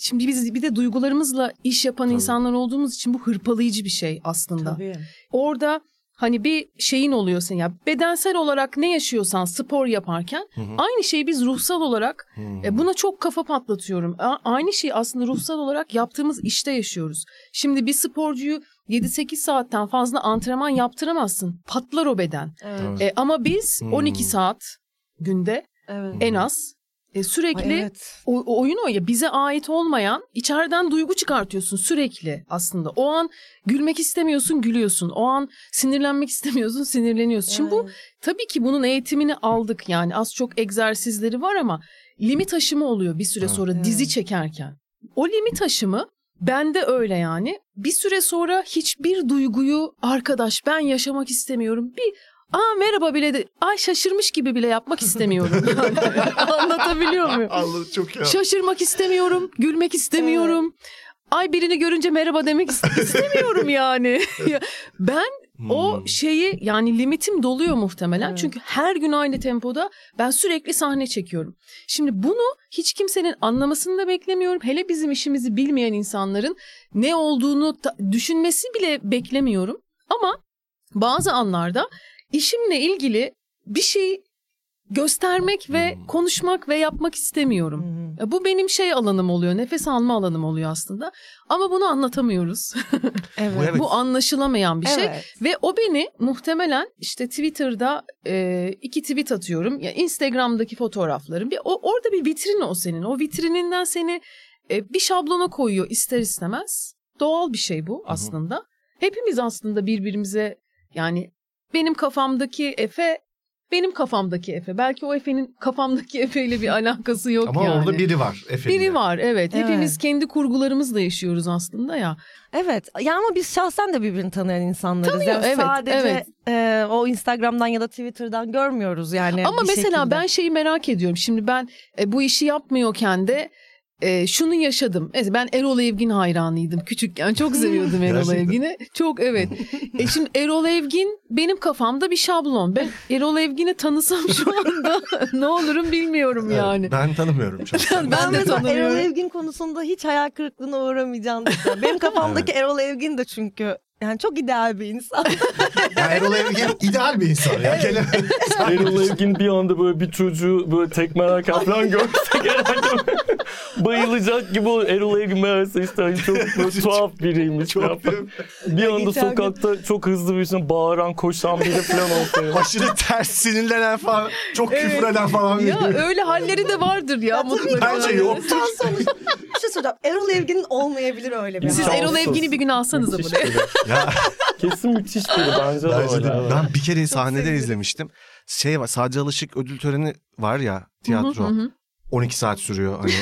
şimdi biz bir de duygularımızla iş yapan Tabii. insanlar olduğumuz için bu hırpalayıcı bir şey aslında. Tabii. Orada hani bir şeyin oluyor senin ya bedensel olarak ne yaşıyorsan spor yaparken Hı hı. aynı şeyi biz ruhsal olarak Hı. e, buna çok kafa patlatıyorum. A- aynı şeyi aslında ruhsal olarak yaptığımız işte yaşıyoruz. Şimdi bir sporcuyu yedi sekiz saatten fazla antrenman yaptıramazsın. Patlar o beden. Evet. Evet. E, ama biz Hmm. on iki saat günde Evet. en az e, sürekli Ay, evet. o, o oyun o ya bize ait olmayan içeriden duygu çıkartıyorsun sürekli aslında. O an gülmek istemiyorsun gülüyorsun. O an sinirlenmek istemiyorsun sinirleniyorsun. Şimdi bu Evet. tabii ki bunun eğitimini aldık yani az çok egzersizleri var ama limit aşımı oluyor bir süre Evet. sonra Evet. dizi çekerken. O limit aşımı bende öyle yani. Bir süre sonra hiçbir duyguyu arkadaş ben yaşamak istemiyorum. Bir aa merhaba bile de ay şaşırmış gibi bile yapmak istemiyorum. Yani. Anlatabiliyor muyum? Anladım çok ya. Şaşırmak istemiyorum, gülmek istemiyorum. Ay birini görünce merhaba demek ist- istemiyorum yani. Ya ben o Hmm. şeyi yani limitim doluyor muhtemelen. Evet. Çünkü her gün aynı tempoda ben sürekli sahne çekiyorum. Şimdi bunu hiç kimsenin anlamasını da beklemiyorum. Hele bizim işimizi bilmeyen insanların ne olduğunu ta- düşünmesi bile beklemiyorum. Ama bazı anlarda işimle ilgili bir şey göstermek ve Hmm. konuşmak ve yapmak istemiyorum. Hı hı. Bu benim şey alanım oluyor, nefes alma alanım oluyor aslında. Ama bunu anlatamıyoruz. Evet. Bu evet. Bu anlaşılamayan bir şey. Evet. Ve o beni muhtemelen işte Twitter'da e, iki tweet atıyorum. Ya Instagram'daki fotoğraflarım. Bir, o, orada bir vitrin o senin. O vitrininden seni e, bir şablona koyuyor ister istemez. Doğal bir şey bu aslında. Hepimiz aslında birbirimize yani benim kafamdaki Efe benim kafamdaki Efe. Belki o Efe'nin kafamdaki Efe ile bir alakası yok Ama yani. orada biri var efendim. Biri var evet. Evet. Hepimiz kendi kurgularımızla yaşıyoruz aslında ya. Evet. Ya ama biz şahsen de birbirini tanıyan insanlarız. Tanıyor, Yani evet, sadece evet. e, o Instagram'dan ya da Twitter'dan görmüyoruz yani. Ama bir mesela şekilde. ben şeyi merak ediyorum. Şimdi ben e, bu işi yapmıyorken de e, şunu yaşadım. Mesela ben Erol Evgin hayranıydım küçükken. Çok seviyordum Erol Gerçekten. Evgin'i. Çok evet. e şimdi Erol Evgin benim kafamda bir şablon. Ben Erol Evgin'i tanısam şu anda ne olurum bilmiyorum Evet, yani. Ben tanımıyorum şahsen. Ben Ben de mesela tanımıyorum. Erol Evgin konusunda hiç hayal kırıklığına uğramayacağını düşünüyorum. Benim kafamdaki Erol Evgin de çünkü yani çok ideal bir insan. Ya Erol Evgin ideal bir insan ya. Gene- Erol Evgin bir anda böyle bir çocuğu böyle tekmelerken falan görsek herhalde bayılacak gibi olur. Erol Evgin meğerse işte hani çok böyle tuhaf biriymiş. falan. Çok büyük. Bir anda Geçen gün- sokakta çok hızlı birisine bağıran koşan biri falan olsaydı. Aşırı ters sinirlenen falan. Çok küfreden falan biri. Ya öyle halleri de vardır ya mutlaka. Bence yok. İnsan sonuçta. Bir şey soracağım. Erol Evgin olmayabilir öyle bir Siz adam. Erol Şanssız. Evgin'i bir gün alsanıza Müthiş buraya. biri. Ya, Kesin müthiş biri bence de bence öyle. de. evet. Ben bir kere sahnede sevindim. izlemiştim. Şey var, Sadece Alışık ödül töreni var ya, tiyatro. Hı hı hı. on iki saat sürüyor hani.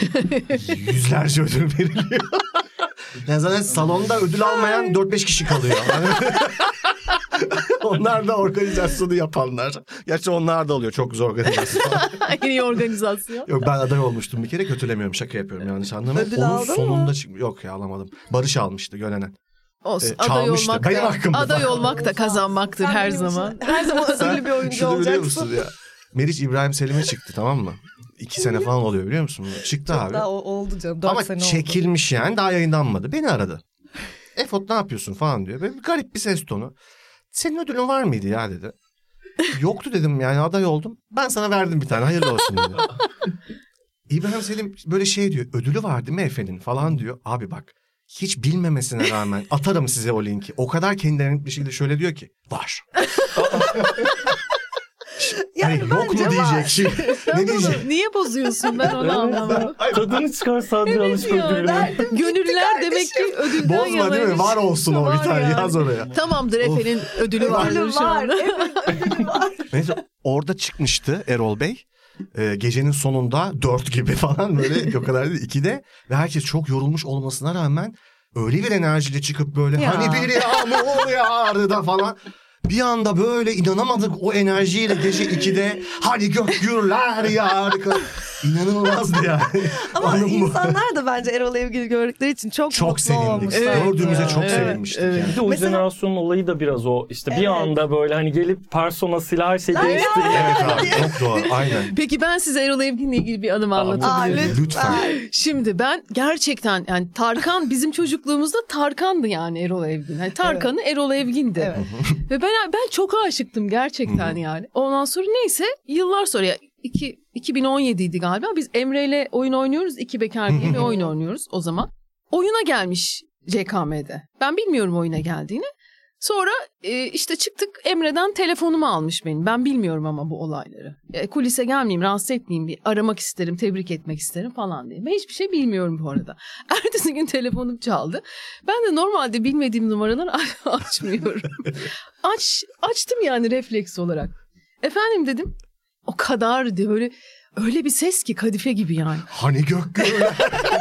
Yüzlerce ödül veriliyor. Yani zaten salonda ödül almayan dört beş kişi kalıyor. Hani onlar da organizasyonu yapanlar. Gerçi onlar da oluyor. Çok güzel organizasyon. Yeni organizasyon. Yok, ben aday olmuştum bir kere, kötülemiyorum, şaka yapıyorum yanlış anlamayın. Ödül Onun aldın sonunda mı? çık- yok ya, alamadım. Barış almıştı Gölenen. Olsun. E, aday çalmıştı. olmak Benim da, hakkımda. aday olmak da kazanmaktır Sen her benim için zaman. Her zaman ödüllü bir oyuncu Şunu biliyor olacaksın. musun ya? Meriç İbrahim Selim'e çıktı, tamam mı? İki sene falan oluyor biliyor musun? Çıktı abi. Daha o- oldu canım. Dört Ama sene oldu. çekilmiş yani, daha yayınlanmadı. Beni aradı. Efot ne yapıyorsun falan diyor. Böyle bir garip bir ses tonu. Senin ödülün var mıydı ya dedi. Yoktu dedim, yani aday oldum. Ben sana verdim bir tane, hayırlı olsun dedi. İbrahim Selim böyle şey diyor. Ödülü var değil mi Efe'nin falan diyor. Abi bak, hiç bilmemesine rağmen atarım size o linki. O kadar kendilerine bir şekilde şöyle diyor ki var. Yani Hani yok mu bence diyecek var. şimdi. Ne diyecek? Niye bozuyorsun ben onu anlamadım. Tadını çıkar Sadri Alışık ya, ödülünü. Verdim. Gönüller demek ki ödülden Bozma değil mi? yanaymış. Var olsun o, bir Var tane yani. yaz oraya. Tamamdır Efe'nin ödülü vardır Ödülü şu var. anda. Evet, ödülü var. Neyse, orada çıkmıştı Erol Bey. Ee, gecenin sonunda dört gibi falan, böyle o kadar değil, ikide, ve herkes çok yorulmuş olmasına rağmen öyle bir enerjiyle çıkıp böyle Ya. hani bir yağmur yağardı da falan. Bir anda böyle inanamadık o enerjiyle gece ikide hani gök gürler yağardı. İnanılmazdı yani. Ama Anladın mı? insanlar da bence Erol Evgil'i gördükleri için çok, Çok mutlu sevindik. olmuşlar. Evet Gördüğümüze ya, çok evet, sevinmiştik evet. yani. Bir de o Mesela- jenerasyonun olayı da biraz o. İşte bir Evet. anda böyle hani gelip personasıyla her şeyi Ay, değiştiriyor. Evet abi çok doğru. Aynen. Peki ben size Erol Evgin'le ilgili bir anımı Aa, anlatabilirim. lütfen. Lütfen. Şimdi ben gerçekten yani Tarkan bizim çocukluğumuzda Tarkan'dı yani Erol Evgin. Hani Tarkan'ı Erol Evgin'di. Evet. Ve ben ben çok aşıktım gerçekten yani. Ondan sonra neyse yıllar sonra ya iki, iki bin on yediydi galiba. Biz Emre ile oyun oynuyoruz. İki Bekar diye bir oyun oynuyoruz o zaman. Oyuna gelmiş C K M'de. Ben bilmiyorum oyuna geldiğini. Sonra e, işte çıktık, Emre'den telefonumu almış benim. Ben bilmiyorum ama bu olayları. E, kulise gelmeyeyim, rahatsız etmeyeyim, bir aramak isterim, tebrik etmek isterim falan diye. Ben hiçbir şey bilmiyorum bu arada. Ertesi gün telefonum çaldı. Ben de normalde bilmediğim numaraları açmıyorum. Aç, açtım yani refleks olarak. Efendim dedim. O kadar diye böyle öyle bir ses ki kadife gibi yani. Hani gök gürler.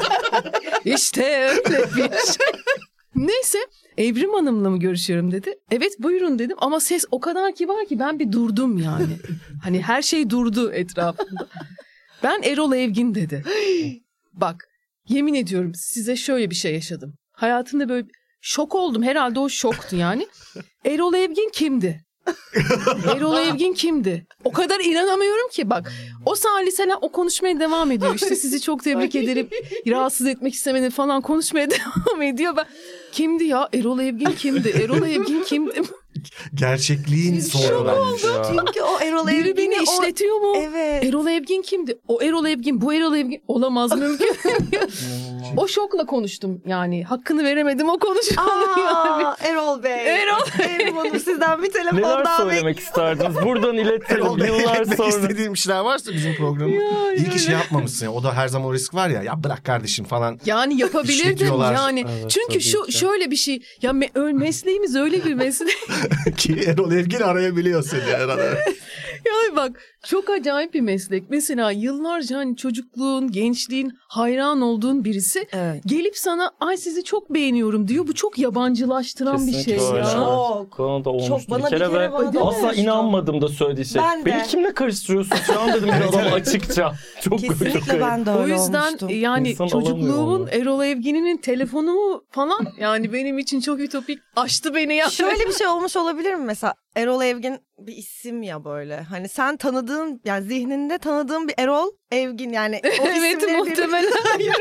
İşte öyle bir şey. Neyse Evrim Hanım'la mı görüşüyorum dedi. Evet buyurun dedim ama ses o kadar kibar ki ben bir durdum yani. Hani her şey durdu etrafımda. Ben Erol Evgin dedi. Bak yemin ediyorum size şöyle bir şey yaşadım. Hayatımda böyle şok oldum, herhalde o şoktu yani. Erol Evgin kimdi? Erol Evgin kimdi? O kadar inanamıyorum ki bak. O saliseler o konuşmaya devam ediyor. İşte sizi çok tebrik ederim. Rahatsız etmek istemedim falan konuşmaya devam ediyor. Ben kimdi ya? Erol Evgin kimdi? Erol Evgin kimdi? Gerçekliğin sorgulanmış. Çünkü o Erol Biri Evgin'i beni o... işletiyor mu? Evet. Erol Evgin kimdi? O Erol Evgin, bu Erol Evgin olamaz mümkün. O şokla konuştum yani. Hakkını veremedim o konuşmanın yani. Aa, Erol Bey. Erol Evrim Hanım sizden bir telefon Neler daha söylemek isterdiniz? Buradan iletelim Erol Bey, yıllar etmek sonra. istediğim şeyler varsa bizim programda. Ya, İyi ki yani. şey yapmamışsın. ya. O da her zaman o risk var ya. Ya bırak kardeşim falan. Yani yapabilirdim İşletiyorlar. yani. Evet, Çünkü tabii şu ki. şöyle bir şey. Ya me- ö- mesleğimiz öyle bir meslek. Ki Erol Evgin arayabiliyor seni her an. Yani bak çok acayip bir meslek. Mesela yıllarca hani çocukluğun, gençliğin hayran olduğun birisi Evet. gelip sana ay sizi çok beğeniyorum diyor. Bu çok yabancılaştıran bir Kesinlikle şey öyle. ya. Çok. Bana da olmuştu Çok, bana bir kere, bir kere ve bana da asla olmuştu. inanmadım da söylediği şey. Ben de. Beni kimle karıştırıyorsun şu an dedim bir Evet, adam evet. açıkça. Çok Kesinlikle çok ben de O öyle yüzden olmuştum. yani İnsan alamıyor çocukluğumun onu. Erol Evgin'in telefonu falan yani benim için çok ütopik, açtı beni ya. Şöyle bir şey olmuş olabilir mi mesela? Erol Evgin bir isim ya böyle. Hani sen tanıdığın, yani zihninde tanıdığın bir Erol Evgin, yani o Evet isimleri bir- muhtemelen.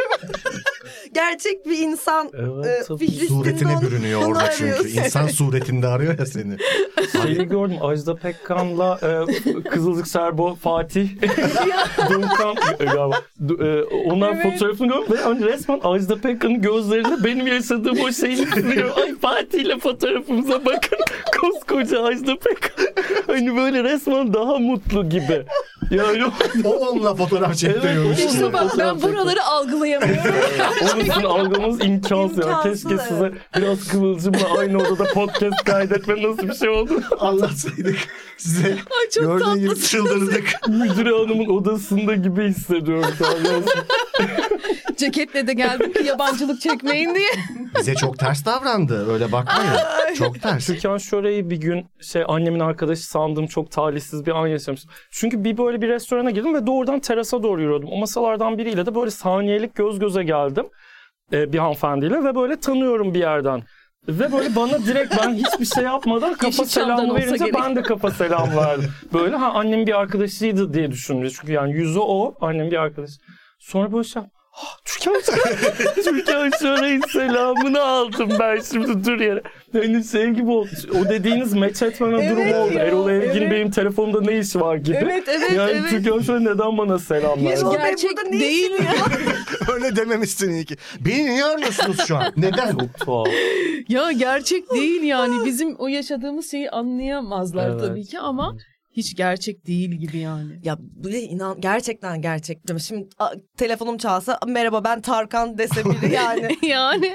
gerçek bir insan Evet, e, tabii. fihristinde Suretine onu- bürünüyor onu orada çünkü. arıyorsun. İnsan suretinde arıyor ya seni. Şeyi gördüm, Ajda Pekkan'la e, Kızılcık Serbo, Fatih, Doğukan e, galiba. Du- e, onlar Evet. fotoğrafını gördüm ve hani resmen Ajda Pekkan'ın gözlerinde benim yaşadığım o şeyi hissediyorum. Ay Fatih'le fotoğrafımıza bakın. Koskoca Ajda Pekkan. Hani böyle resmen daha mutlu gibi. Yani O onunla fotoğraf çektiriyormuş. Evet, İşte bak ben buraları algılayamıyorum. onun için algımız imkansız. Yani. İmkansız, Keşke evet. size biraz Kıvılcım'la aynı odada podcast kaydetme nasıl bir şey oldu. Anlatsaydık size. Ay çok Gördüğün gibi tatlısın. çıldırdık. Müdüre hanımın odasında gibi hissediyorum şu an. Ceketle de geldim ki yabancılık çekmeyin diye. Bize çok ters davrandı. Öyle bakmayın. Çok ters. Türkan Şoray'ı bir gün şey annemin arkadaşı sandığım çok talihsiz bir an yaşamıştım. Çünkü bir böyle bir restorana girdim ve doğrudan terasa doğru yürüyordum. O masalardan biriyle de böyle saniyelik göz göze geldim. Ee, bir hanımefendiyle ve böyle tanıyorum bir yerden. Ve böyle bana direkt ben hiçbir şey yapmadan kafa Yeşilçam'dan selamı olsa verince gerek. ben de kafa selam verdim. Böyle ha annemin bir arkadaşıydı diye düşündüm. Çünkü yani yüzü o, annemin bir arkadaşı. Sonra böyle şey ah, Türkan Şoray, Türkan Şoray'ın selamını aldım ben şimdi dur yere. Yani şey gibi oldu. O dediğiniz match etmeme Evet durumu oldu. ya, Erol Evgin evet. benim telefonumda ne işi var gibi. Evet, evet, yani evet. Türkan Şoray neden bana selam verdi? Erol Bey Gerçek burada ne değil işin ya. Öyle dememişsin iyi ki. Beni niye arıyorsunuz şu an? Neden? Çok tuhaf. Ya gerçek değil yani. Bizim o yaşadığımız şeyi anlayamazlar Evet. tabii ki ama hiç gerçek değil gibi yani. Ya böyle inan gerçekten gerçek değil mi? Şimdi a, telefonum çalsa merhaba ben Tarkan dese biri yani. Yani.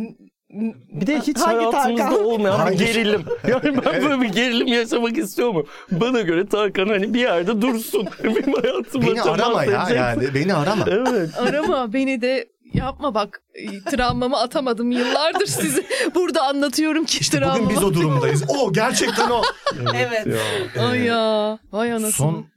Bir de hiç Hangi hayatımızda Tarkan? olmayan bir Hangi- gerilim. Yani ben böyle bir gerilim yaşamak istiyor muyum? Bana göre Tarkan hani bir yerde dursun. Benim hayatımda Beni arama ya temas edecek. yani. Beni arama. Evet. Arama beni de yapma bak. e, Travmamı atamadım yıllardır size. Burada anlatıyorum ki İşte travmamı. bugün biz o durumdayız. O gerçekten o. Evet. Ya. Ay ya. Vay anasını. Son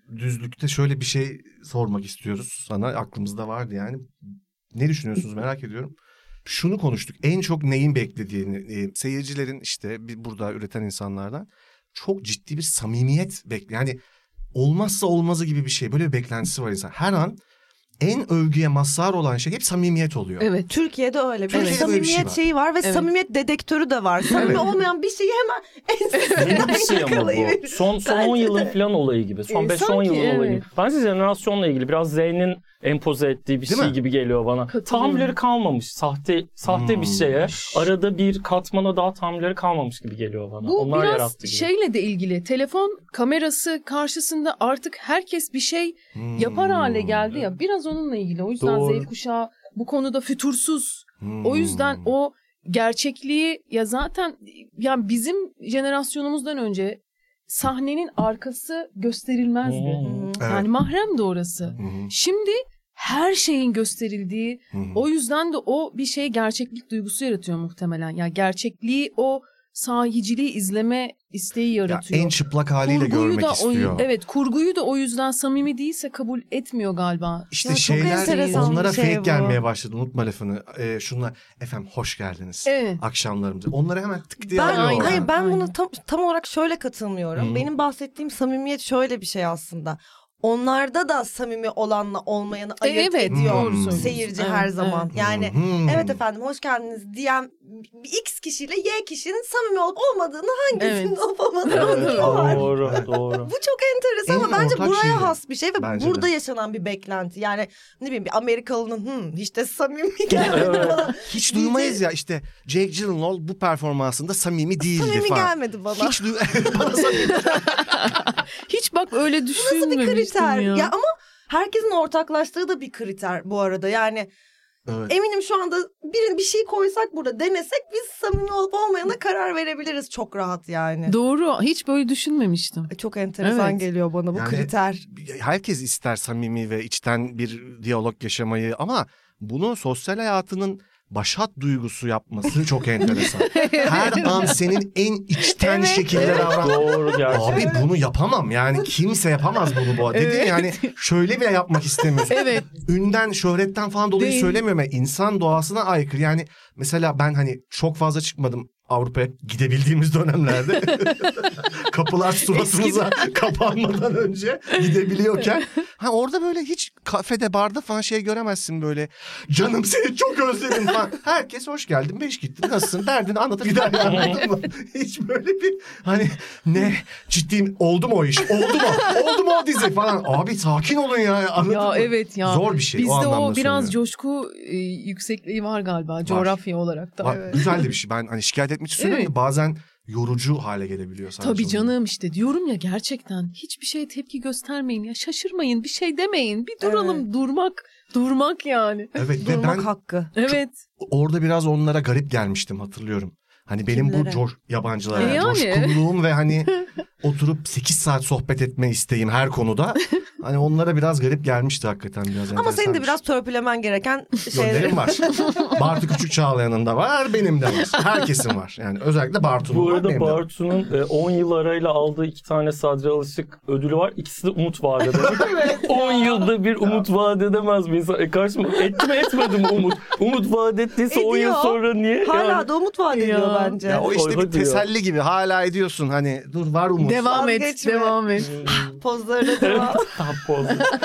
düzlükte şöyle bir şey sormak istiyoruz sana. Aklımızda vardı yani. Ne düşünüyorsunuz merak ediyorum. Şunu konuştuk. En çok neyin beklediğini e, seyircilerin işte bir, burada üreten insanlardan çok ciddi bir samimiyet bekliyor. Yani olmazsa olmazı gibi bir şey. Böyle bir beklentisi var insan. Her an en övgüye mazhar olan şey hep samimiyet oluyor. Evet. Türkiye'de öyle bir Türkiye'de samimiyet böyle bir şey var. şeyi var ve Evet. samimiyet dedektörü de var. Samimi Evet. olmayan bir şeyi hemen Yeni bir ensesinden şey ama bu. yakalayıverir. Son son on Bence yılın de. falan olayı gibi. Son E, beş on sanki, yılın olayı evet. gibi. Bence jenerasyonla ilgili biraz Z'nin empoze ettiği bir Değil şey mi? gibi geliyor bana. Katılıyorum. Tahammülleri kalmamış. Sahte sahte Hmm. bir şeye. Arada bir katmana daha tahammülleri kalmamış gibi geliyor bana. Bu Onlar biraz yarattı gibi. şeyle de ilgili. Telefon kamerası karşısında artık herkes bir şey Hmm. yapar hale geldi ya. Biraz onunla ilgili. O yüzden Doğru. Z kuşağı bu konuda fütursuz. Hmm. O yüzden o gerçekliği ya zaten yani bizim jenerasyonumuzdan önce sahnenin arkası gösterilmezdi. Hmm. Evet. Yani mahremdi orası. Hı hı, Şimdi her şeyin gösterildiği, hı hı. o yüzden de o bir şey gerçeklik duygusu yaratıyor muhtemelen. Yani gerçekliği, o sahiciliği izleme isteği Ya yaratıyor. en çıplak haliyle Kurguyu görmek da o, istiyor. evet, kurguyu da o yüzden samimi değilse kabul etmiyor galiba. İşte Ya çok şeyler enteresan onlara bir şey fake bu. gelmeye başladı. Unutma lafını. Ee, şunla efendim hoş geldiniz. Evet. Akşamlarımıza. Onları hemen tık diye Ben, alıyorlar. hayır ben Aynen. buna tam, tam olarak şöyle katılmıyorum. Hı. Benim bahsettiğim samimiyet şöyle bir şey aslında. Onlarda da samimi olanla olmayanı E, ayırt evet, ediyor doğru söylüyorsun. seyirci Evet, her evet. zaman. Yani Hmm. evet efendim hoş geldiniz diyen bir X kişiyle Y kişinin samimi olup olmadığını, hangisinin Evet. olup olmadığını Evet, anlıyorlar. Doğru, doğru. Bu çok enteresan En ama bence ortak buraya şey de. has bir şey ve Bence burada de. yaşanan bir beklenti. Yani ne bileyim bir Amerikalının hmm, hiç de samimi gelmedi Evet. bana. Hiç duymayız ya işte Jake Gyllenhaal bu performansında samimi değildi Samimi falan. gelmedi bana. Hiç duy- bana samimi. Hiç bak öyle Nasıl bir düşünmemiştim kriter? ya. Ya ama herkesin ortaklaştığı da bir kriter bu arada. Yani Evet. eminim şu anda bir, bir şey koysak burada denesek biz samimi olup olmayana karar verebiliriz çok rahat yani. Doğru. Hiç böyle düşünmemiştim. Çok enteresan Evet. geliyor bana bu Yani- kriter. Herkes ister samimi ve içten bir diyalog yaşamayı ama bunu sosyal hayatının başat duygusu yapması çok enteresan. Her an senin en içten Evet, şekilde evet. davran. Doğru gerçekten. Abi bunu yapamam yani kimse yapamaz bunu bu. Dedi Evet. yani şöyle bile yapmak istemiyorsun. Evet. Ünden, şöhretten falan dolayı Değil. söylemiyorum. Yani insan doğasına aykırı. Yani mesela ben hani çok fazla çıkmadım Avrupa'ya gidebildiğimiz dönemlerde. Kapılar suratımıza kapanmadan önce gidebiliyorken. Ha orada böyle hiç kafede, barda falan şey göremezsin böyle. Canım seni çok özledim falan. Herkes hoş geldin, beş gittin, nasılsın derdini anlatıp gider yani. Anladın mı? Hiç böyle bir hani ne ciddiyim oldu mu o iş? Oldu mu? Oldu mu o dizi falan. Abi sakin olun ya. Anladın Ya mı? evet ya. Zor bir şey. Bizde o, o, anlamda biraz söylüyorum. coşku e, yüksekliği var galiba coğrafya olarak da. Var. Evet. Güzel de bir şey. Ben hani şikayet etmek için söylüyorum Evet. da bazen yorucu hale gelebiliyor sadece. Tabii o. canım işte diyorum ya gerçekten hiçbir şeye tepki göstermeyin ya şaşırmayın bir şey demeyin bir duralım durmak durmak yani. Evet ve Durmak ben hakkı. Evet. orada biraz onlara garip gelmiştim hatırlıyorum. Hani benim bu Kimlere? coş, yabancılara E yani. coşkunluğum ve hani oturup sekiz saat sohbet etme isteğim her konuda. Hani onlara biraz garip gelmişti hakikaten biraz. Ama senin de enteresanmış. biraz törpülemen gereken şeyler. Yönlerim var. Bartu Küçük Çağlayan'ın da var, benim de var. Herkesin var. Yani özellikle Bartu'nun Bu var, arada benim de var. Bartu'nun e, on yıl arayla aldığı iki tane Sadri Alışık ödülü var. İkisi de umut vaat eder. on yılda bir umut vaat edemez mi insan? E karşıma etti mi etmedi mi umut? Umut vaat ettiyse on yıl Ediyor. sonra niye? Hala Yani- da umut vaat ediyor Ya. bence. Ya o işte Oy, bir hadi ya. teselli gibi hala ediyorsun hani dur var umut. Devam et Vazgeçme. devam et. Pozlarına devam. Tapoz.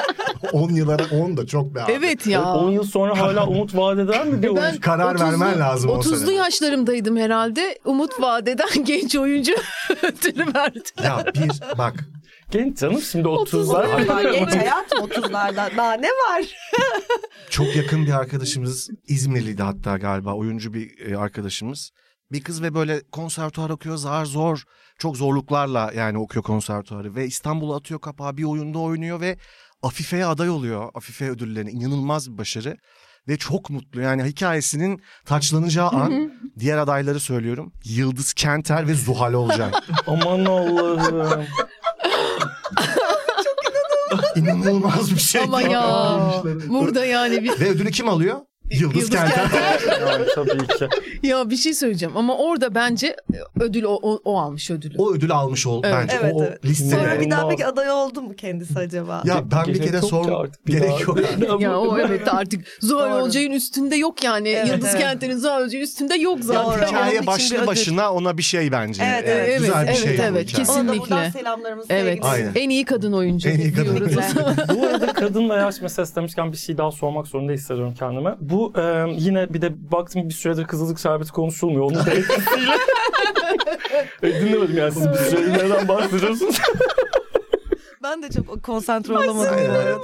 on yıllara on da çok be abi. Evet ya. on yıl sonra hala umut vaat eder mi diyor. Ben Karar vermen lazım on otuzlu sene. yaşlarımdayım herhalde. Umut vadeden genç oyuncu ödülü verdi. Ya bir bak Genç canım şimdi otuzlar. Otuzlar genç hayatım otuzlardan. Daha ne var? çok yakın bir arkadaşımız İzmirliydi hatta galiba oyuncu bir e, arkadaşımız. Bir kız ve böyle konservatuvar okuyor zar zor çok zorluklarla yani okuyor konservatuvarı ve İstanbul'a atıyor kapağı bir oyunda oynuyor ve Afife'ye aday oluyor. Afife ödüllerine inanılmaz bir başarı ve çok mutlu yani hikayesinin taçlanacağı an diğer adayları söylüyorum. Yıldız Kenter ve Zuhal Olcay. Aman Allah'ım. İnanılmaz bir şey. Ama ya burada yani bir Ve ödülü kim alıyor? Yıldız, Yıldız Kenten. Yani tabii ki. Ya bir şey söyleyeceğim ama orada bence ödül o, o, o almış ödülü. O ödülü almış ol Evet. bence. Evet, o, o evet. listede. Sonra bir daha İnanılmaz. peki aday oldu mu kendisi acaba? Ya ben bir Gerek kere yok ki sor artık bir gerek daha. yok. Ya o evet artık Zuhal Doğru. Olcay'ın üstünde yok yani. Evet, Yıldız evet. Kent'in Zuhal Olcay'ın üstünde yok Doğru. zaten. Onun için Hikaye bir başlı ödül. başına ona bir şey bence. Evet, Ee, evet. Güzel bir Evet, şey. evet, bu evet, hikaye. Ona da kesinlikle. buradan selamlarımızı, Evet. sevgilerimizi. Aynen. En iyi kadın oyuncu En iyi kadın diyoruz. Bu arada kadın ve yaş meselesi demişken bir şey daha sormak zorunda hissediyorum kendime. Bu e, yine bir de baktım bir süredir Kızılcık Şerbeti konuşulmuyor. Onun da etkisiyle. e, dinlemedim yani siz bir süredir neden bahsediyorsunuz? Ben de çok konsantre olamadım. Aynen.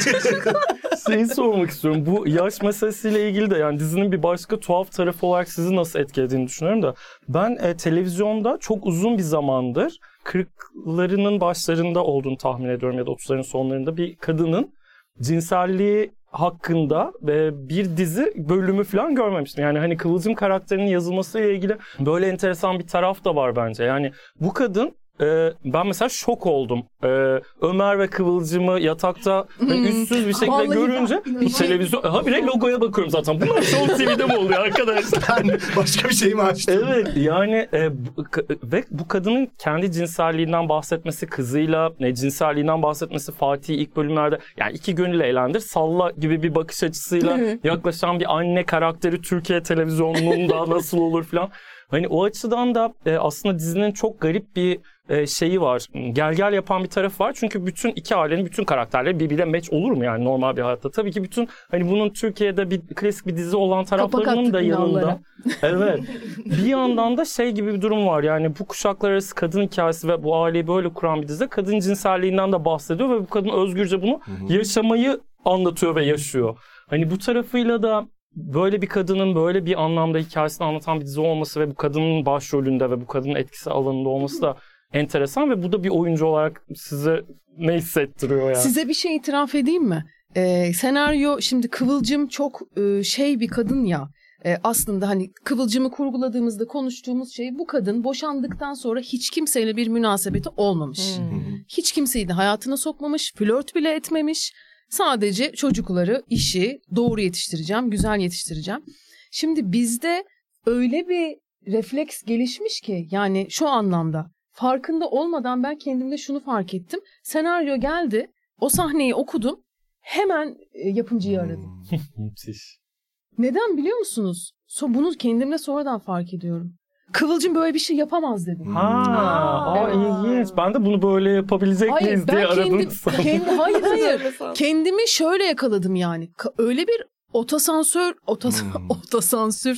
Şeyi sormak istiyorum. Bu yaş meselesiyle ilgili de yani dizinin bir başka tuhaf tarafı olarak sizi nasıl etkilediğini düşünüyorum da ben e, televizyonda çok uzun bir zamandır kırklarının başlarında olduğunu tahmin ediyorum ya da otuzların sonlarında bir kadının cinselliği hakkında ve bir dizi bölümü falan görmemiştim. Yani hani Kıvılcım karakterinin yazılmasıyla ilgili böyle enteresan bir taraf da var bence. Yani bu kadın e, ben mesela şok oldum. E, Ömer ve Kıvılcım'ı yatakta hani üstsüz bir şekilde Vallahi görünce ben- televizyon... Ha bir de logoya bakıyorum zaten. Bunlar Show T V'de mi oluyor arkadaşlar? Ben başka bir şey mi açtım? Evet yani e, bu, ka- ve bu kadının kendi cinselliğinden bahsetmesi, kızıyla ne cinselliğinden bahsetmesi, Fatih ilk bölümlerde yani iki gönül eğlendir salla gibi bir bakış açısıyla yaklaşan bir anne karakteri Türkiye televizyonunda nasıl olur falan. Hani o açıdan da e, aslında dizinin çok garip bir e, şeyi var. Gel gel yapan bir tarafı var. Çünkü bütün iki ailenin bütün karakterleri birbirine match olur mu yani normal bir hayatta? Tabii ki bütün hani bunun Türkiye'de bir klasik bir dizi olan taraflarının attık da yanında. binalara. Evet. Bir yandan da şey gibi bir durum var. Yani bu kuşaklar arası kadın hikayesi ve bu aileyi böyle kuran bir dizi kadın cinselliğinden de bahsediyor ve bu kadın özgürce bunu yaşamayı anlatıyor ve yaşıyor. Hani bu tarafıyla da böyle bir kadının böyle bir anlamda hikayesini anlatan bir dizi olması ve bu kadının başrolünde ve bu kadının etkisi alanında olması da enteresan ve bu da bir oyuncu olarak size ne hissettiriyor yani? Size bir şey itiraf edeyim mi? Ee, senaryo şimdi Kıvılcım çok e, şey bir kadın ya. E, aslında hani Kıvılcım'ı kurguladığımızda konuştuğumuz şey bu kadın boşandıktan sonra hiç kimseyle bir münasebeti olmamış. Hmm. Hiç kimseyi de hayatına sokmamış, flört bile etmemiş. Sadece çocukları, işi doğru yetiştireceğim, güzel yetiştireceğim. Şimdi bizde öyle bir refleks gelişmiş ki yani şu anlamda farkında olmadan ben kendimde şunu fark ettim. Senaryo geldi, o sahneyi okudum, hemen e, yapımcıyı aradım. Müthiş. Neden biliyor musunuz? So, bunu kendimde sonradan fark ediyorum. Kıvılcım böyle bir şey yapamaz dedim. Ha, Aa, aa, evet. ilginç. Ben de bunu böyle yapabilecek Hayır miyiz diye ben aradım. kendim, kendi, hayır hayır. Öyle sandım. Kendimi şöyle yakaladım yani. Ka- Öyle bir otosansör, otos Hmm. otosansür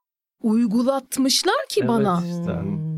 uygulatmışlar ki Evet. bana. İşte.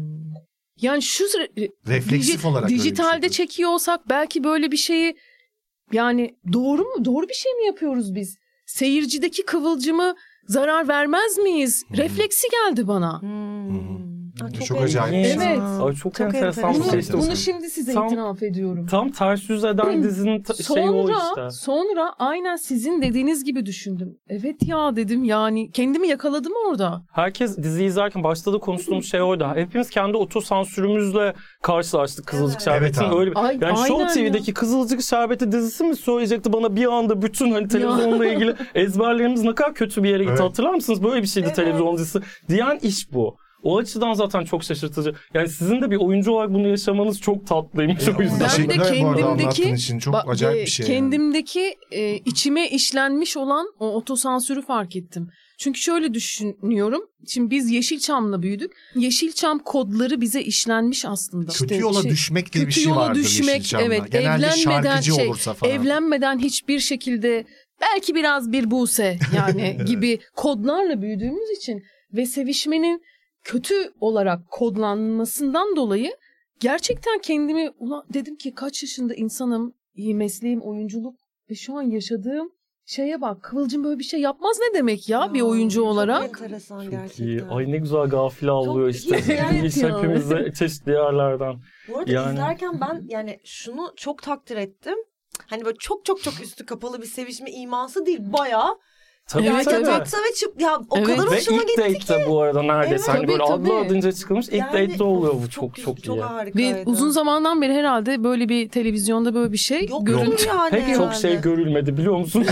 Yani şu re- Refleksif diji- olarak öyle bir dijitalde şey. çekiyor olsak belki böyle bir şeyi yani doğru mu? Doğru bir şey mi yapıyoruz biz? Seyircideki Kıvılcım'ı zarar vermez miyiz? Hmm. Refleksi geldi bana. Hmm. Aa, Çok acayip. İlginç. Evet. Ay, çok, Çok enteresan bir enteresan. şey Bunu, işte. bunu şimdi size Tam- itiraf ediyorum. Tam ters yüz eden dizinin ta- şeyi o Sonra, işte. sonra aynen sizin dediğiniz gibi düşündüm. Evet ya dedim yani kendimi yakaladım orada. Herkes diziyi izlerken başta da konuştuğumuz şey oydu. Hepimiz kendi otosansürümüzle karşılaştık Kızılcık Evet. Şerbeti'nin Evet abi. öyle bir... Ay, Yani Show aynen T V'deki Kızılcık Şerbeti dizisi mi söyleyecekti bana bir anda bütün hani televizyonla ilgili ezberlerimiz ne kadar kötü bir yere gitti. Evet. Hatırlar mısınız? Böyle bir şeydi Evet. televizyon dizisi diyen iş bu. O açıdan zaten çok şaşırtıcı. Yani sizin de bir oyuncu olarak bunu yaşamanız çok tatlıymış o yüzden. Ben de Teşekkürler bu arada kendimdeki- anlattığın için. Çok Ba- acayip e, bir şey. yani. Kendimdeki e, içime işlenmiş olan o otosansürü fark ettim. Çünkü şöyle düşünüyorum. Şimdi biz Yeşilçam'la büyüdük. Yeşilçam kodları bize işlenmiş aslında. Kötü İşte yola şey- düşmek diye bir kötü şey yola vardır düşmek, Yeşilçam'da. evet, Genelde evlenmeden şarkıcı şey, olursa falan. Evlenmeden hiçbir şekilde belki biraz bir Buse yani gibi kodlarla büyüdüğümüz için ve sevişmenin kötü olarak kodlanmasından dolayı gerçekten kendimi ulan dedim ki kaç yaşında insanım, iyi mesleğim oyunculuk ve şu an yaşadığım şeye bak Kıvılcım böyle bir şey yapmaz ne demek ya bir oyuncu Çok olarak. enteresan Çok gerçekten. iyi. Ay ne güzel gafil avlıyor Çok işte. iyi, evet İş ya. hepimize çeşitli yerlerden. Bu arada Yani- izlerken ben yani şunu çok takdir ettim. Hani böyle çok çok çok üstü kapalı bir sevişme iması değil. Bayağı Tabii Evet, tabii. evet. Yatakta ve çıp ya o Evet. kadar Ve hoşuma ilk gitti date'te ki. bu arada neredeyse Evet. hani böyle Tabii, adlı tabii. adınca çıkılmış. İlk Yani, date'te oluyor bu of, çok çok, çok iyi. harikaydı. Ve uzun zamandan beri herhalde böyle bir televizyonda böyle bir şey Yok görüntü. yani. Pek yani. çok şey görülmedi biliyor musun?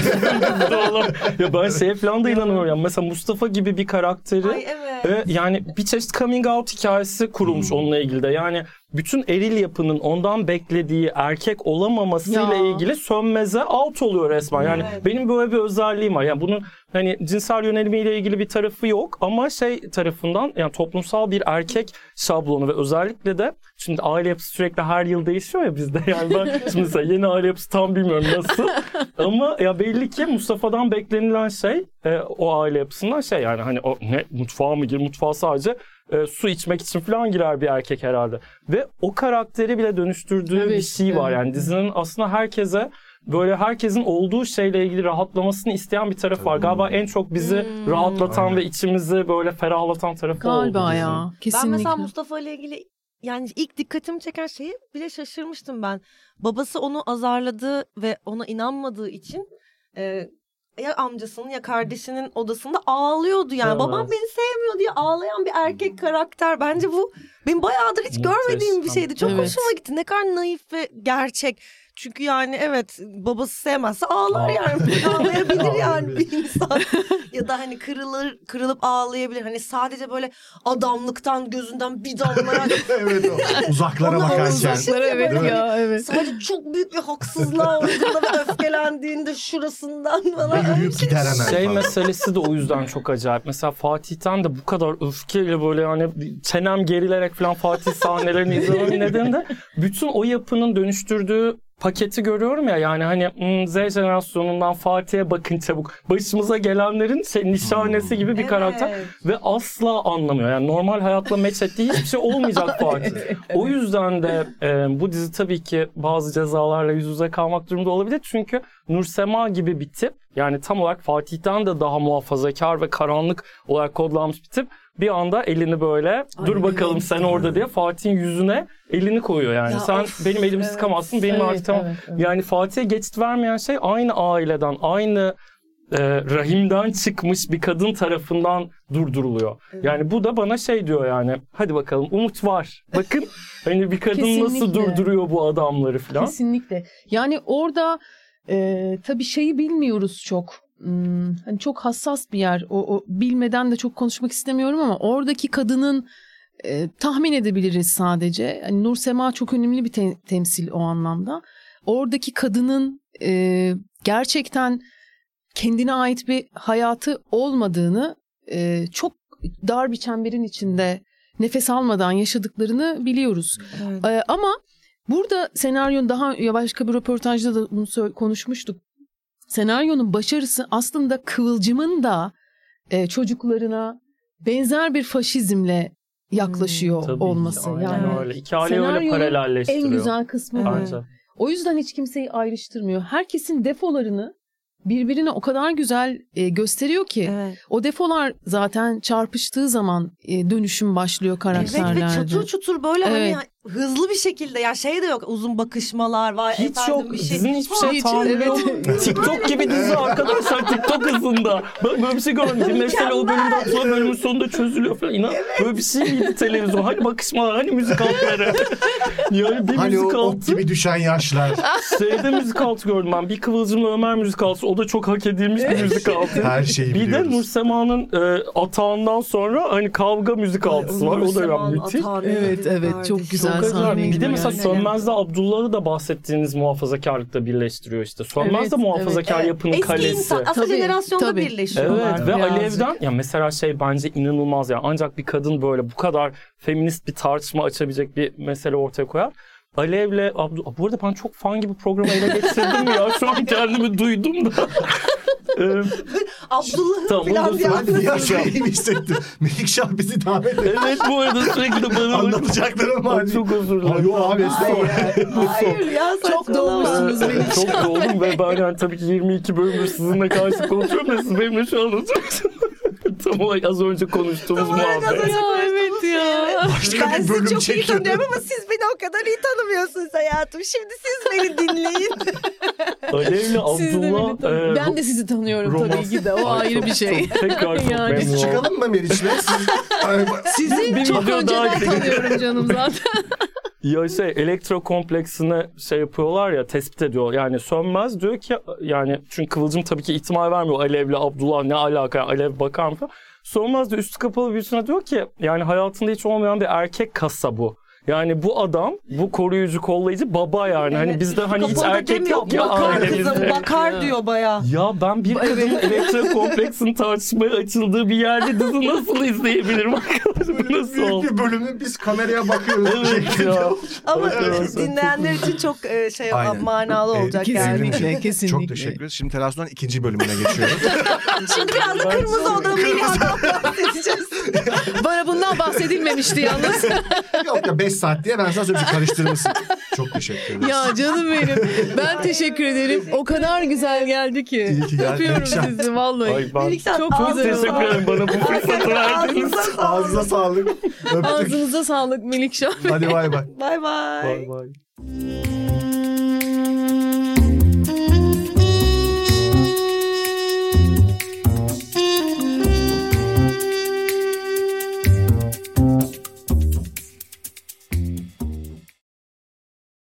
ya ben şeye falan da inanıyorum. Yani mesela Mustafa gibi bir karakteri Ay evet. e, yani bir çeşit coming out hikayesi kurulmuş Hmm. onunla ilgili de. Yani bütün eril yapının ondan beklediği erkek olamamasıyla Ya. ilgili sönmeze out oluyor resmen. Yani Evet. benim böyle bir özelliğim var. Yani bunun hani cinsel yönelimiyle ilgili bir tarafı yok ama şey tarafından yani toplumsal bir erkek şablonu ve özellikle de şimdi aile yapısı sürekli her yıl değişiyor ya bizde. Yani ben şimdi mesela yeni aile yapısı tam bilmiyorum nasıl. Ama ya belli ki Mustafa'dan beklenilen şey e, o aile yapısından şey yani hani o ne mutfağa mı gir mutfağa sadece e, su içmek için falan girer bir erkek herhalde. Ve o karakteri bile dönüştürdüğü Evet, bir şey var. evet. Yani dizinin aslında herkese böyle herkesin olduğu şeyle ilgili rahatlamasını isteyen bir tarafı var. Galiba en çok bizi Hmm. rahatlatan Aynen. ve içimizi böyle ferahlatan tarafı oldu Galiba dizinin. ya. Kesinlikle. Ben mesela Mustafa ile ilgili yani ilk dikkatimi çeken şeyi bile şaşırmıştım ben. Babası onu azarladığı ve ona inanmadığı için e, ya amcasının ya kardeşinin odasında ağlıyordu yani. Evet. Babam beni sevmiyor diye ağlayan bir erkek karakter. Bence bu benim bayağıdır hiç Muhteşem. görmediğim bir şeydi. Çok Evet. hoşuma gitti. Ne kadar naif ve gerçek. Çünkü yani evet babası sevmezse ağlar Ağ- yani. Ağlayabilir yani Ağlayabilir. bir insan. Ya da hani kırılır, kırılıp ağlayabilir. Hani sadece böyle adamlıktan gözünden bir damla evet o. Uzaklara Ona bakarken. uzaklara, evet Değil mi? ya evet. sadece çok büyük bir haksızlığa uğradığında ve öfkelendiğinde şurasından Ve falan. yürüyüp gider hemen. Şey falan. meselesi de o yüzden çok acayip. Mesela Fatih'ten de bu kadar öfkeyle böyle yani çenem gerilerek falan Fatih sahnelerini izlememin nedeni de bütün o yapının dönüştürdüğü paketi görüyorum ya yani hani hmm, Z jenerasyonundan Fatih'e bakın çabuk. Başımıza gelenlerin şey, nişanesi gibi bir Evet. karakter ve asla anlamıyor. Yani normal hayatla meç ettiği hiçbir şey olmayacak Fatih. O yüzden de e, bu dizi tabii ki bazı cezalarla yüz yüze kalmak durumunda olabilir. Çünkü Nursema gibi bir tip yani tam olarak Fatih'ten de daha muhafazakar ve karanlık olarak kodlanmış bir tip bir anda elini böyle dur Ay, bakalım evet. sen orada diye Fatih'in yüzüne elini koyuyor yani. Ya Sen of, benim elimi evet. sıkamazsın benim Evet, artık tamam. evet, evet. Yani Fatih'e geçit vermeyen şey aynı aileden aynı e, rahimden çıkmış bir kadın tarafından durduruluyor. Evet. Yani bu da bana şey diyor yani hadi bakalım umut var. Bakın hani bir kadın nasıl Kesinlikle. durduruyor bu adamları falan. Kesinlikle. Yani orada e, tabii şeyi bilmiyoruz çok. Hmm, hani çok hassas bir yer. O, o bilmeden de çok konuşmak istemiyorum ama oradaki kadının e, tahmin edebiliriz sadece. Hani Nursema çok önemli bir te- temsil o anlamda. Oradaki kadının e, gerçekten kendine ait bir hayatı olmadığını e, çok dar bir çemberin içinde nefes almadan yaşadıklarını biliyoruz. Evet. Ee, ama burada senaryonun daha ya başka bir röportajda da bunu sö- konuşmuştuk. Senaryonun başarısı aslında Kıvılcım'ın da e, çocuklarına benzer bir faşizmle yaklaşıyor Tabii olması. ki, aynen Yani öyle. İki aileyi öyle senaryonun paralelleştiriyor. en güzel kısmı bu. Evet. Bence. O yüzden hiç kimseyi ayrıştırmıyor. Herkesin defolarını birbirine o kadar güzel e, gösteriyor ki Evet. o defolar zaten çarpıştığı zaman e, dönüşüm başlıyor Evet karakterlerde. ve çatır çutur böyle Evet. hani hızlı bir şekilde ya şey de yok uzun bakışmalar var Hiç efendim yok. bir şey. Dizinin hiçbir şey Hiç, tahammülü yok. evet. TikTok gibi dizi arkadaşlar. TikTok hızında. Ben böyle bir şey görmedim. Mesela o bölümden sonra bölümün sonunda çözülüyor falan. İnan böyle bir şey miydi televizyon? Hani bakışmalar, hani müzik altları. Yani bir Hani o müzik ok altı. gibi düşen yaşlar. Şeyde müzik altı gördüm ben. Bir Kıvılcım'la Ömer müzik altı. O da çok hak edilmiş bir müzik altı. Her şeyi Bir de biliyoruz. Nursema'nın e, atağından sonra hani kavga müzik altısı var. O da ya müthiş. Evet, evet, çok güzel Çok acayip. sahneydi Bir de yani. mesela Sönmez'de Abdullah'ı da bahsettiğiniz muhafazakarlıkla birleştiriyor işte. Sönmez Evet, de muhafazakar Evet. yapının Eski kalesi. insan aslında Tabii, jenerasyonda tabii. birleşiyorlar. Evet ve Birazcık. Alev'den ya mesela şey bence inanılmaz ya ancak bir kadın böyle bu kadar feminist bir tartışma açabilecek bir mesele ortaya koyar. Alev'le Abdullah bu arada ben çok fan gibi programı ele geçirdim ya şu an kendimi duydum da. Ee, Abdullah'ın Tamam, falan onu bir da Ben bir an anda- şey gibi hissettim. Melikşah bizi davet etti. evet bu arada sürekli bana Anlatacaklarım var. Ay, çok özür dilerim. Ay, yok abi, estağfurullah. Hayır, hayır ya Çok saçmalama. doğmuşsunuz Ee, benim. Çok doğdum ve ben yani tabii ki yirmi iki bölümdür sizinle karşı konuşuyorum ve siz benimle şu an anlatıyorsunuz. Tam olarak az önce konuştuğumuz Tam olarak az muhabbet. önce Ya evet ya. Başka Ben bir bölüm sizi çok iyi çekiyor. tanıyorum ama siz beni o kadar iyi tanımıyorsunuz hayatım. Şimdi siz beni dinleyin. Alev'le Siz de beni Abdullah. tanı- e, ben de sizi tanıyorum romans- tabii ki de. O Ay, ayrı çok- bir şey. çok- tekrar çok Yani. memnun Biz oldum. çıkalım mı Meriç'le? Siz... Ay, Sizi Bir çok video daha önceden ekledim. tanıyorum canım zaten. Ya şey elektro kompleksine şey yapıyorlar ya, tespit ediyor. Yani Sönmez diyor ki, yani çünkü Kıvılcım tabii ki ihtimal vermiyor. Alev'le Abdullah ne alaka, yani Alev bakar mı falan. Sönmez de üstü kapalı birisine diyor ki yani hayatında hiç olmayan bir erkek kasa bu. Yani bu adam, bu koruyucu, kollayıcı baba yani. Hani bizde hani hiç Kapalı erkek demiyor, yok ya bakar ailemizde. kızım, bakar Ya. diyor bayağı. Ya ben bir kadının elektro kompleksin tartışmaya açıldığı bir yerde dizi nasıl izleyebilirim arkadaşım? Bu nasıl Büyük oldu? bir bölümü biz kameraya bakıyoruz. Evet ya. Ama Evet, dinleyenler için çok e, şey Aynen. manalı Ee, olacak kesinlikle. yani. Kesinlikle, kesinlikle. Çok teşekkür ederiz. Şimdi Terason'un ikinci bölümüne geçiyoruz. Şimdi biraz da kırmızı oda Miliha'dan bahsedeceğiz. Bana bundan bahsedilmemişti yalnız. Yok ya beş saat diye ben sana söyleyeyim karıştırmasın. Çok teşekkür ederiz. Ya canım benim. Ben teşekkür ederim. O kadar güzel geldi ki. İyi ki geldin. Öpüyorum Akşam. sizi vallahi. Ay ben Melikşah, Çok ağzına güzel oldu. teşekkür ederim bana bu fırsatı verdiğiniz için. Ağzına sağlık. Öptük. Ağzınıza sağlık Melikşah Bey. Hadi bay bay. Bay bay. Bay bay.